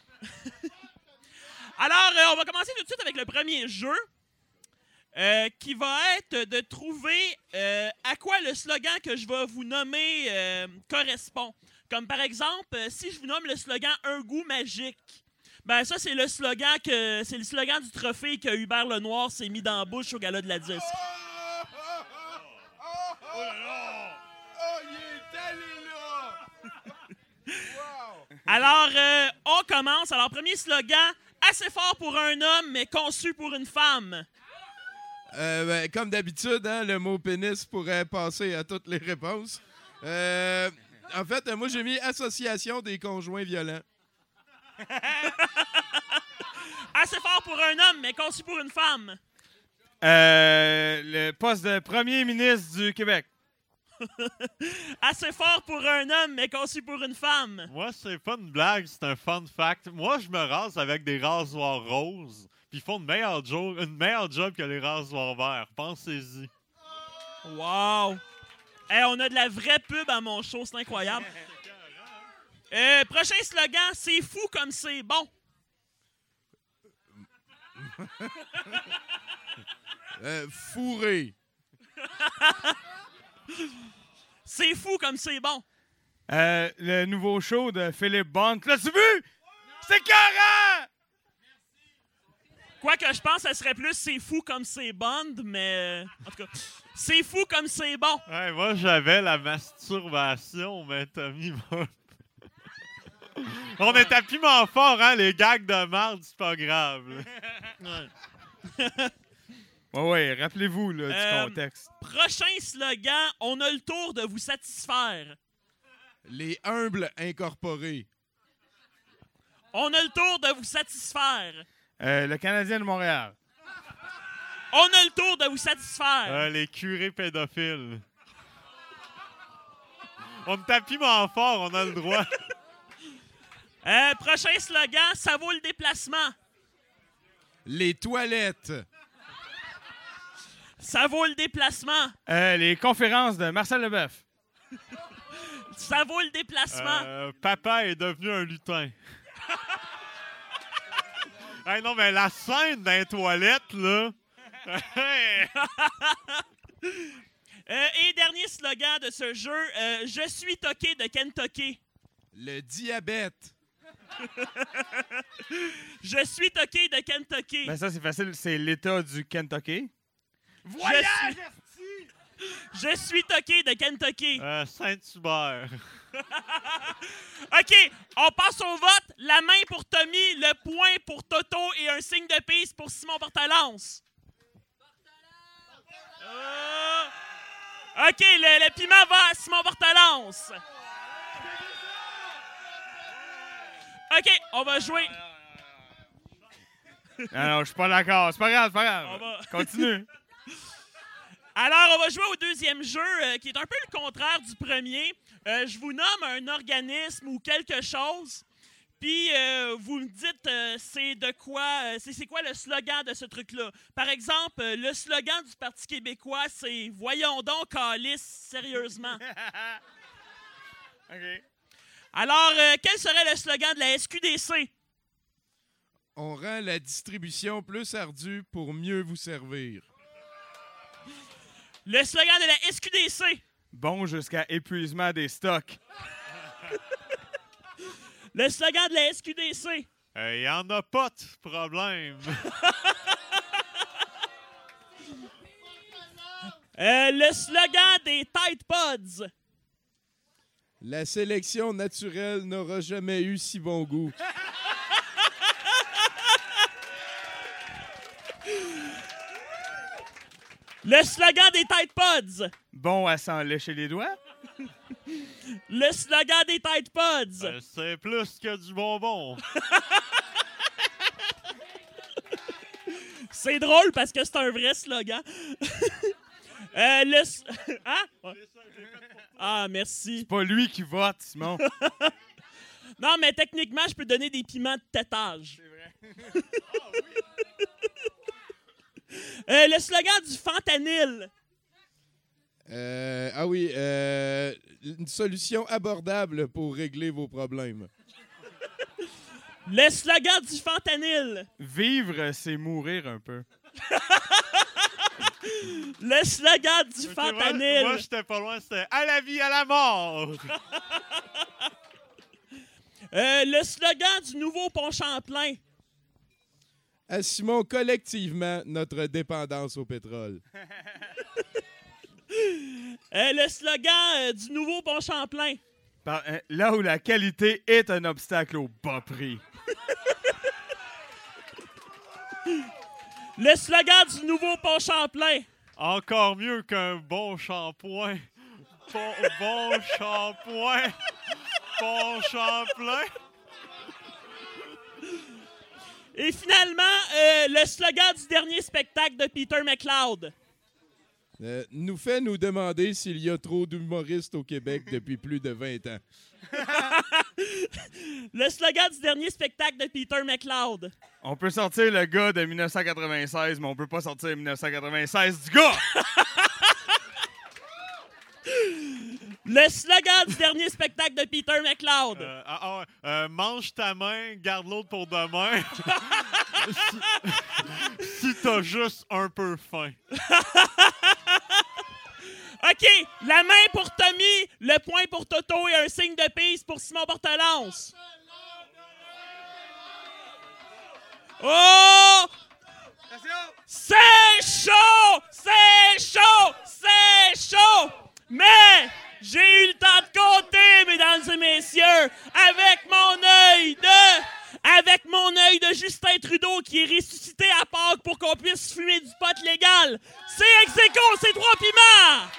Alors, on va commencer tout de suite avec le premier jeu qui va être de trouver à quoi le slogan que je vais vous nommer correspond. Comme par exemple, si je vous nomme le slogan « Un goût magique », ben ça, c'est le slogan du trophée que Hubert Lenoir s'est mis dans la bouche au gala de la disque. Oh là là! Oh, il est allé là! Wow! Alors, on commence. Alors, premier slogan, assez fort pour un homme, mais conçu pour une femme. Comme d'habitude, hein, le mot pénis pourrait passer à toutes les réponses. En fait, moi, j'ai mis Association des conjoints violents. Assez fort pour un homme, mais conçu pour une femme. Le poste de premier ministre du Québec. Assez fort pour un homme, mais conçu pour une femme. Moi, c'est pas une blague, c'est un fun fact. Moi, je me rase avec des rasoirs roses, puis ils font une meilleure job que les rasoirs verts. Pensez-y. Wow! Hey, on a de la vraie pub à mon show, c'est incroyable. Prochain slogan, c'est fou comme c'est bon. Fourré. C'est fou comme c'est bon. Le nouveau show de Philippe Bond. L'as-tu vu? C'est carré! Quoi que je pense, ça serait plus c'est fou comme c'est Bond, mais en tout cas, c'est fou comme c'est bon. Ouais, moi, j'avais la masturbation, mais Tommy va... On est à piment fort, hein? Les gags de marde, c'est pas grave. Ouais, rappelez-vous là, du contexte. Prochain slogan, on a le tour de vous satisfaire. Les humbles incorporés. On a le tour de vous satisfaire. Le Canadien de Montréal. On a le tour de vous satisfaire. Les curés pédophiles. On est à piment fort, on a le droit. Prochain slogan, ça vaut le déplacement. Les toilettes. Ça vaut le déplacement. Les conférences de Marcel Leboeuf. Ça vaut le déplacement. Papa est devenu un lutin. Hey, non, mais la scène dans les toilettes, là... Et dernier slogan de ce jeu, je suis toqué de Kentucky. Le diabète. Je suis toqué de Kentucky. Ben ça, c'est facile, c'est l'État du Kentucky. Voyage! Je suis toqué de Kentucky. Saint-Hubert. OK, on passe au vote. La main pour Tommy, le point pour Toto et un signe de peace pour Simon Portalance. OK, le piment va à Simon Portalance. OK, on va jouer. Non, je suis pas d'accord. C'est pas grave, c'est pas grave. Continue. Alors, on va jouer au deuxième jeu, qui est un peu le contraire du premier. Je vous nomme un organisme ou quelque chose, puis vous me dites c'est de quoi, c'est quoi le slogan de ce truc-là. Par exemple, le slogan du Parti québécois, c'est « Voyons donc, calice, sérieusement ». OK. Alors, quel serait le slogan de la SQDC? On rend la distribution plus ardue pour mieux vous servir. Le slogan de la SQDC. Bon jusqu'à épuisement des stocks. Le slogan de la SQDC. Il y en a pas de problème. Le slogan des Tide Pods. La sélection naturelle n'aura jamais eu si bon goût. Le slogan des Tide Pods. Bon à s'en lécher les doigts. Le slogan des Tide Pods. C'est plus que du bonbon. C'est drôle parce que c'est un vrai slogan. Hein? Ah, merci. C'est pas lui qui vote, Simon. Non, mais techniquement, je peux donner des piments de tétage. C'est vrai. Le slogan du fentanyl. Une solution abordable pour régler vos problèmes. Le slogan du fentanyl. Vivre, c'est mourir un peu. Le slogan du fentanyl. Moi, j'étais pas loin, c'était « À la vie, à la mort ». Le slogan du nouveau pont Champlain. Assumons collectivement notre dépendance au pétrole. Le slogan du nouveau pont Champlain. Là où la qualité est un obstacle au bas prix. Le slogan du nouveau pont Champlain. Encore mieux qu'un bon shampoing. Bon shampoing. Bon Champlain. Et finalement, le slogan du dernier spectacle de Peter McLeod. Nous fait nous demander s'il y a trop d'humoristes au Québec depuis plus de 20 ans. Le slogan du dernier spectacle de Peter McLeod. On peut sortir le gars de 1996, mais on peut pas sortir 1996 du gars! Le slogan du dernier spectacle de Peter McLeod. Mange ta main, garde l'autre pour demain. si t'as juste un peu faim. OK, la main pour Tommy, le point pour Toto et un signe de peace pour Simon Portelance. Oh! C'est chaud! C'est chaud! C'est chaud! Mais j'ai eu le temps de compter, mesdames et messieurs, avec mon feuille de Justin Trudeau qui est ressuscité à Pâques pour qu'on puisse fumer du pot légal. C'est ex-aequo, c'est 3 piments!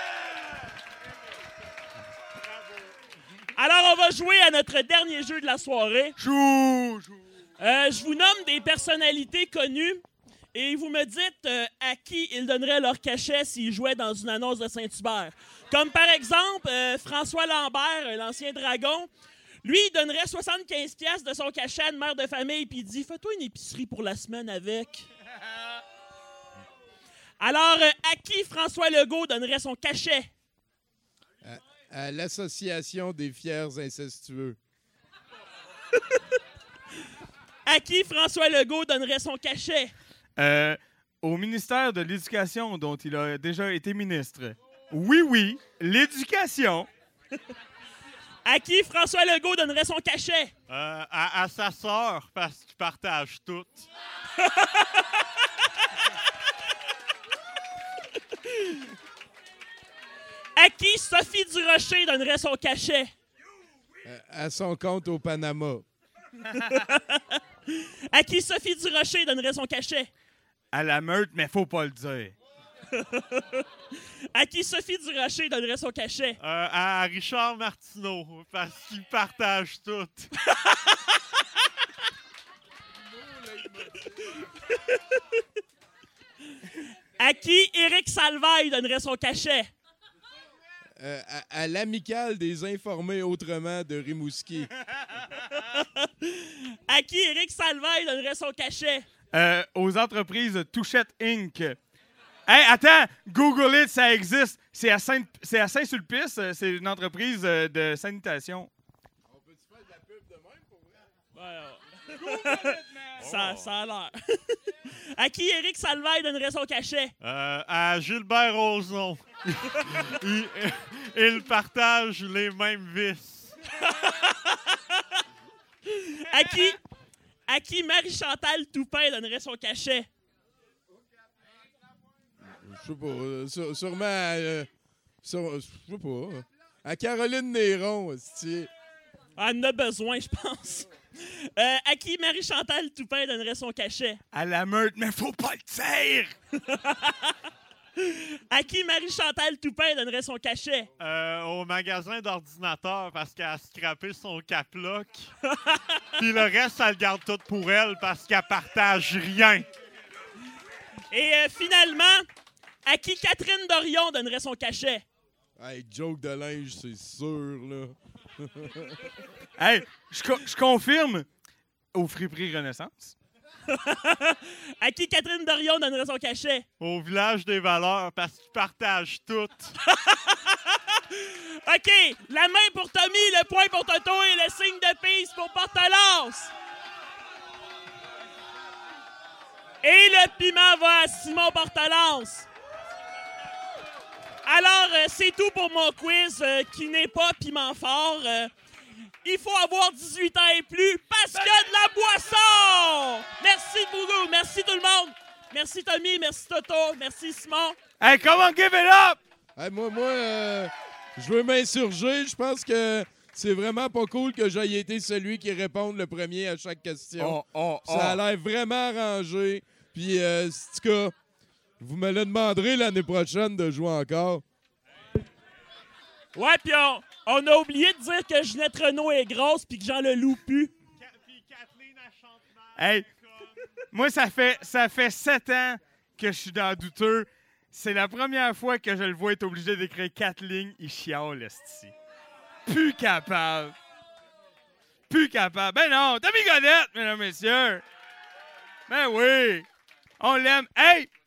Alors, on va jouer à notre dernier jeu de la soirée. Je vous nomme des personnalités connues et vous me dites à qui ils donneraient leur cachet s'ils jouaient dans une annonce de Saint-Hubert. Comme par exemple, François Lambert, l'ancien dragon. Lui, il donnerait 75$ de son cachet à une mère de famille puis il dit « Fais-toi une épicerie pour la semaine avec. » Alors, à qui François Legault donnerait son cachet? À l'Association des fiers incestueux. À qui François Legault donnerait son cachet? Au ministère de l'Éducation, dont il a déjà été ministre. Oui, l'éducation. À qui François Legault donnerait son cachet? À sa sœur, parce qu'ils partagent tout. À qui Sophie Durocher donnerait son cachet? À son compte au Panama. À qui Sophie Durocher donnerait son cachet? À la meute, mais faut pas le dire. À qui Sophie Durocher donnerait son cachet? À Richard Martineau, parce qu'ils partagent tout. À qui Éric Salvaille donnerait son cachet? À l'amicale des informés autrement de Rimouski. À qui Éric Salvaille donnerait son cachet? Aux entreprises Touchette Inc. Hey, attends! Google it, ça existe. C'est à Saint-Sulpice. C'est une entreprise de sanitation. On peut-tu faire de la pub de même pour vrai? Ça a l'air. À qui Éric Salvaille donnerait son cachet? À Gilbert Rozon. Ils partagent les mêmes vices. À qui Marie-Chantal Toupin donnerait son cachet? Je sais pas. Sûrement je sais pas. À Caroline Néron, c'est. Elle en a besoin, je pense. À qui Marie-Chantal Toupin donnerait son cachet? À la meute, mais faut pas le dire! À qui Marie-Chantal Toupin donnerait son cachet? Au magasin d'ordinateurs parce qu'elle a scrappé son caplock. Puis le reste, elle le garde tout pour elle parce qu'elle partage rien. Et finalement, à qui Catherine Dorion donnerait son cachet? Hey, joke de linge, c'est sûr, là. Hey, je confirme au Friperie Renaissance. À qui Catherine Dorion donnerait son cachet? Au Village des Valeurs, parce qu'ils partagent tout. OK, la main pour Tommy, le point pour Toto et le signe de peace pour Portelance. Et le piment va à Simon Portelance. Alors, c'est tout pour mon quiz qui n'est pas piment fort. Il faut avoir 18 ans et plus parce qu'il y a de la boisson! Merci beaucoup, merci tout le monde. Merci Tommy, merci Toto, merci Simon. Hey, come on, give it up! Hey, moi, je veux m'insurger. Je pense que c'est vraiment pas cool que j'aille été celui qui réponde le premier à chaque question. Ça a l'air vraiment arrangé. Puis, en tout cas, vous me le demanderez l'année prochaine de jouer encore. Ouais, puis on a oublié de dire que Ginette Renault est grosse puis que Jean Leloup pue. Hey, moi, ça fait 7 ans que je suis dans Douteux. C'est la première fois que je le vois être obligé d'écrire 4 lignes. Il chiale, esti. Plus capable. Ben non, Tommy Godette, mesdames et messieurs. Ben oui, on l'aime. Hey,